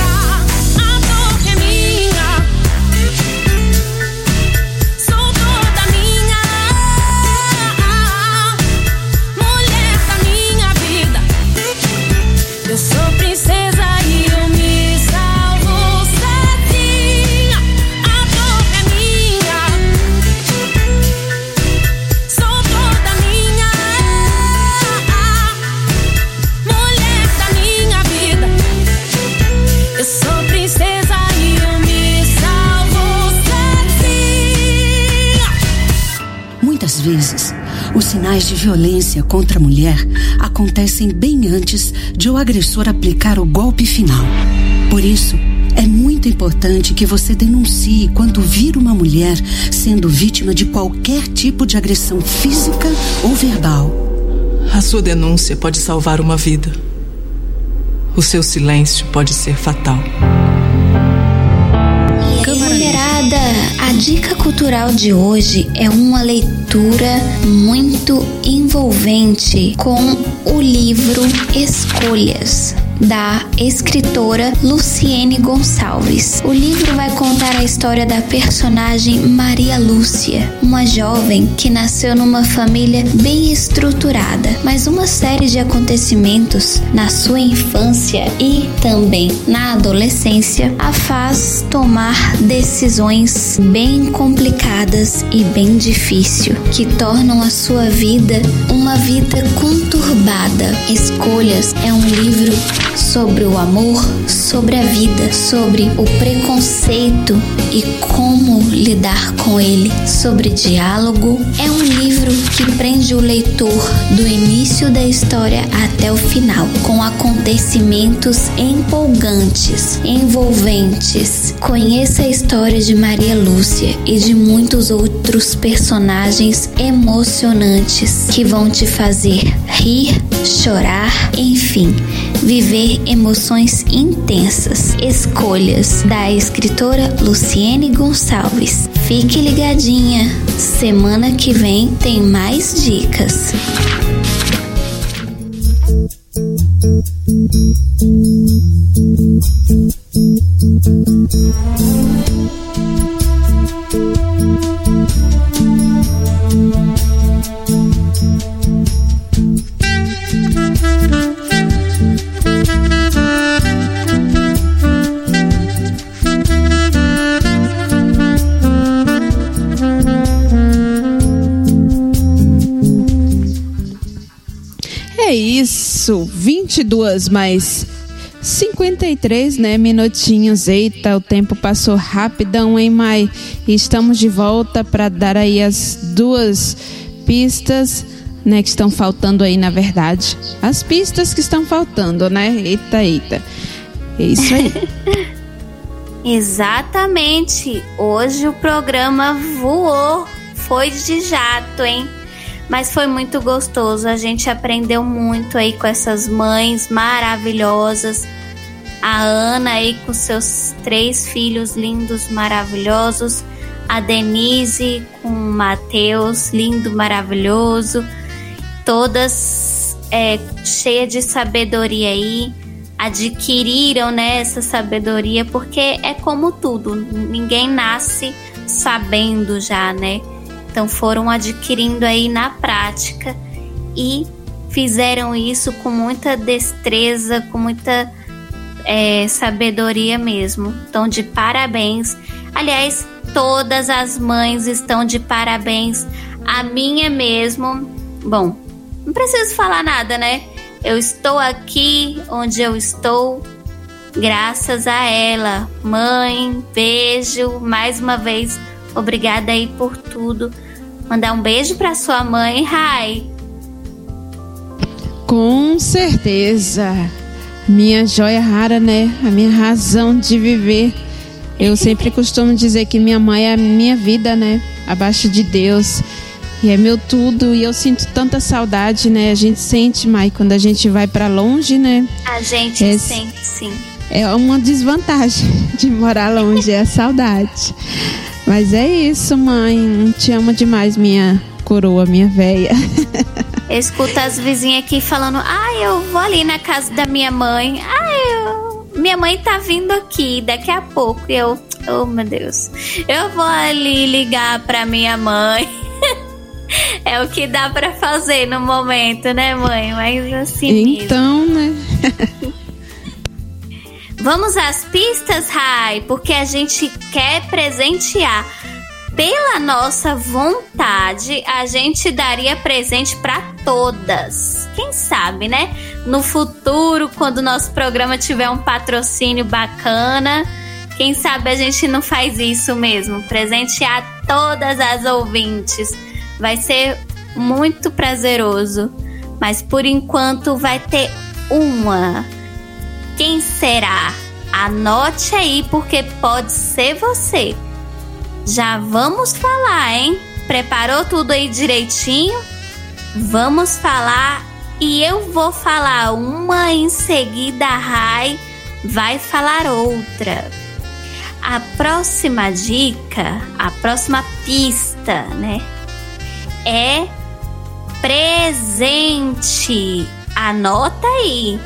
Muitas vezes, os sinais de violência contra a mulher acontecem bem antes de o agressor aplicar o golpe final. Por isso, é muito importante que você denuncie quando vir uma mulher sendo vítima de qualquer tipo de agressão física ou verbal. A sua denúncia pode salvar uma vida. O seu silêncio pode ser fatal. Mulherada, a dica cultural de hoje é uma leitura muito envolvente com o livro Escolhas, da escritora Luciene Gonçalves. O livro vai contar a história da personagem Maria Lúcia, uma jovem que nasceu numa família bem estruturada, mas uma série de acontecimentos na sua infância e também na adolescência a faz tomar decisões bem complicadas e bem difíceis, que tornam a sua vida uma vida conturbada. Escolhas é um livro sobre o amor, sobre a vida, sobre o preconceito e como lidar com ele, sobre diálogo. É um livro que prende o leitor do início da história até o final, com acontecimentos empolgantes, envolventes. Conheça a história de Maria Lúcia e de muitos outros personagens emocionantes que vão te fazer rir, chorar, enfim, viver emoções intensas. Escolhas, da escritora Luciene Gonçalves. Fique ligadinha, semana que vem tem mais dicas. É isso, 22 mais 53, né, minutinhos. Eita, o tempo passou rapidão, hein, Mai? E estamos de volta para dar aí as 2 pistas, né, que estão faltando aí, na verdade. As pistas que estão faltando, né? Eita. É isso aí. Exatamente. Hoje o programa voou. Foi de jato, hein? Mas foi muito gostoso. A gente aprendeu muito aí com essas mães maravilhosas. A Ana aí com seus 3 filhos lindos, maravilhosos. A Denise com o Matheus, lindo, maravilhoso. Todas cheias de sabedoria aí. Adquiriram, né, essa sabedoria, porque é como tudo. Ninguém nasce sabendo já, né? Então foram adquirindo aí na prática e fizeram isso com muita destreza, com muita sabedoria mesmo. Então, de parabéns. Aliás, todas as mães estão de parabéns. A minha mesmo. Bom, não preciso falar nada, né? Eu estou aqui onde eu estou graças a ela. Mãe, beijo. Mais uma vez, obrigada aí por tudo. Mandar um beijo para sua mãe, Rai. Com certeza. Minha joia rara, né? A minha razão de viver. Eu sempre costumo dizer que minha mãe é a minha vida, né? Abaixo de Deus. E é meu tudo. E eu sinto tanta saudade, né? A gente sente, Mai, quando a gente vai pra longe, né? A gente sente, sim. É uma desvantagem de morar longe, é a saudade. Mas é isso, mãe. Te amo demais, minha coroa, minha véia. Eu escuto as vizinhas aqui falando: eu vou ali na casa da minha mãe. Minha mãe tá vindo aqui daqui a pouco. E eu, oh meu Deus, eu vou ali ligar pra minha mãe. É o que dá pra fazer no momento, né, mãe? Mas assim então, mesmo. Né? Vamos às pistas, Rai, porque a gente quer presentear. Pela nossa vontade, a gente daria presente para todas. Quem sabe, né? No futuro, quando o nosso programa tiver um patrocínio bacana, quem sabe a gente não faz isso mesmo, presentear todas as ouvintes. Vai ser muito prazeroso, mas por enquanto vai ter uma. Quem será? Anote aí, porque pode ser você. Já vamos falar, hein? Preparou tudo aí direitinho? Vamos falar e eu vou falar uma, em seguida a Rai vai falar outra. A próxima dica, a próxima pista, né? É presente. Anota aí.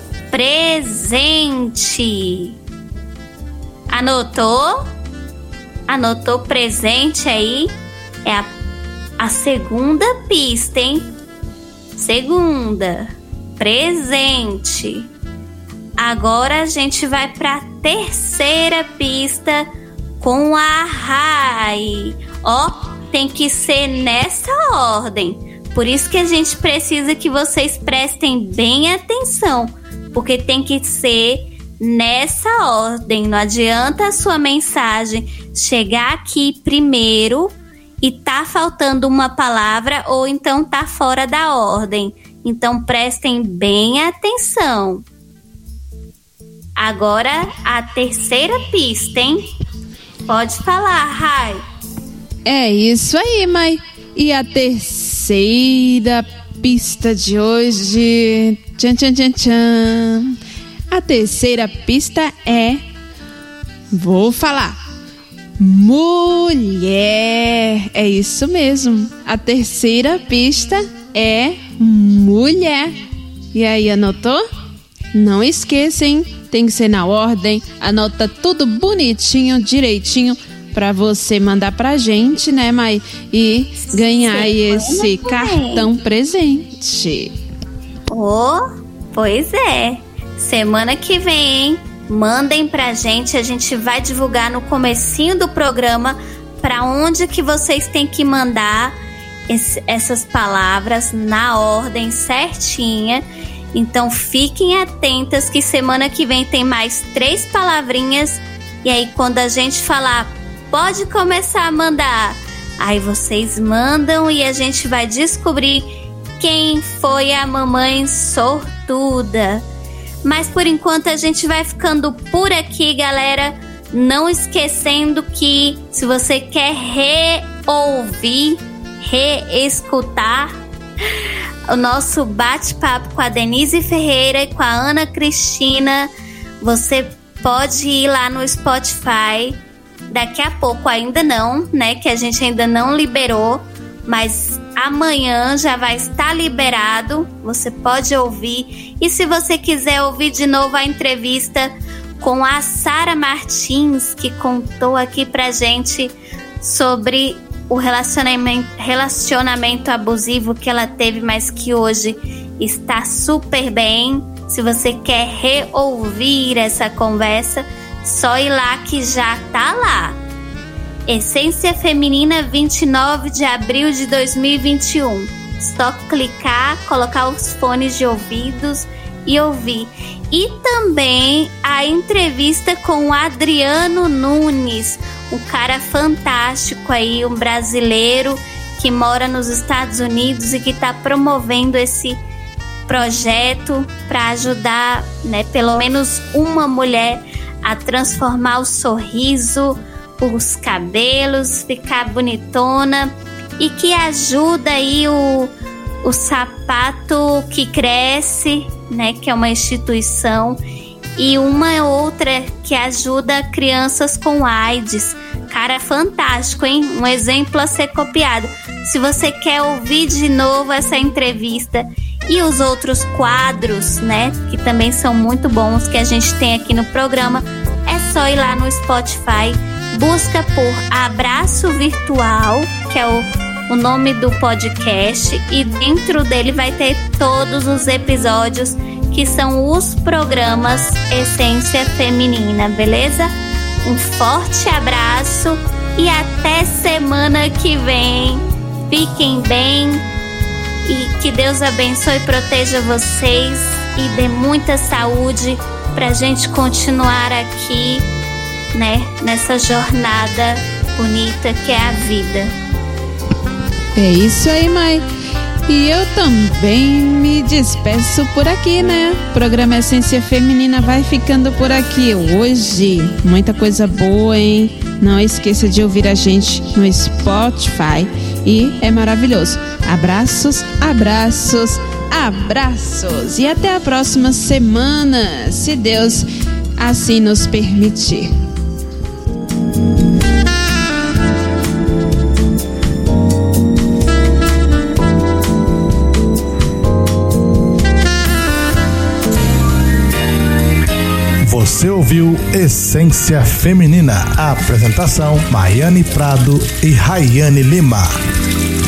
Presente. Anotou? Anotou presente aí? É a segunda pista, hein? Segunda. Presente. Agora a gente vai para a terceira pista com a Rai. Ó, tem que ser nessa ordem. Por isso que a gente precisa que vocês prestem bem atenção, porque tem que ser nessa ordem. Não adianta a sua mensagem chegar aqui primeiro e tá faltando uma palavra ou então tá fora da ordem. Então prestem bem atenção. Agora a terceira pista, hein? Pode falar, Rai. É isso aí, Mai. E a terceira pista de hoje. Tchan, tchan, tchan, tchan. A terceira pista é... Vou falar. Mulher. É isso mesmo. A terceira pista é mulher. E aí, anotou? Não esqueça, hein? Tem que ser na ordem. Anota tudo bonitinho, direitinho, pra você mandar pra gente, né, Mai? E ganhar esse cartão presente. Oh, pois é. Semana que vem, hein? Mandem pra gente, a gente vai divulgar no comecinho do programa pra onde que vocês têm que mandar essas palavras na ordem certinha. Então fiquem atentas que semana que vem tem mais 3 palavrinhas. E aí quando a gente falar, pode começar a mandar. Aí vocês mandam e a gente vai descobrir quem foi a mamãe sortuda. Mas por enquanto a gente vai ficando por aqui, galera. Não esquecendo que se você quer reouvir, reescutar o nosso bate-papo com a Denise Ferreira e com a Ana Cristina, você pode ir lá no Spotify. Daqui a pouco, ainda não, né? Que a gente ainda não liberou, mas amanhã já vai estar liberado. Você pode ouvir. E se você quiser ouvir de novo a entrevista com a Sara Martins, que contou aqui pra gente sobre o relacionamento abusivo que ela teve, mas que hoje está super bem. Se você quer reouvir essa conversa, só ir lá que já tá lá. Essência Feminina, 29 de abril de 2021. Só clicar, colocar os fones de ouvidos e ouvir. E também a entrevista com o Adriano Nunes, um cara fantástico aí, um brasileiro que mora nos Estados Unidos e que está promovendo esse projeto para ajudar, né, pelo menos uma mulher a transformar o sorriso, os cabelos, ficar bonitona, e que ajuda aí o Sapato que Cresce, né, que é uma instituição, e uma outra que ajuda crianças com AIDS. Cara, fantástico, hein? Um exemplo a ser copiado. Se você quer ouvir de novo essa entrevista e os outros quadros, né, que também são muito bons, que a gente tem aqui no programa, é só ir lá no Spotify, busca por Abraço Virtual, que é o nome do podcast, e dentro dele vai ter todos os episódios que são os programas Essência Feminina, beleza? Um forte abraço e até semana que vem. Fiquem bem e que Deus abençoe e proteja vocês e dê muita saúde pra gente continuar aqui, né, nessa jornada bonita que é a vida. É isso aí, mãe. E eu também me despeço por aqui, né? O programa Essência Feminina vai ficando por aqui hoje. Muita coisa boa, hein? Não esqueça de ouvir a gente no Spotify. E é maravilhoso. Abraços, abraços, abraços. E até a próxima semana, se Deus assim nos permitir. Você ouviu Essência Feminina. A apresentação: Maiane Prado e Rayane Lima.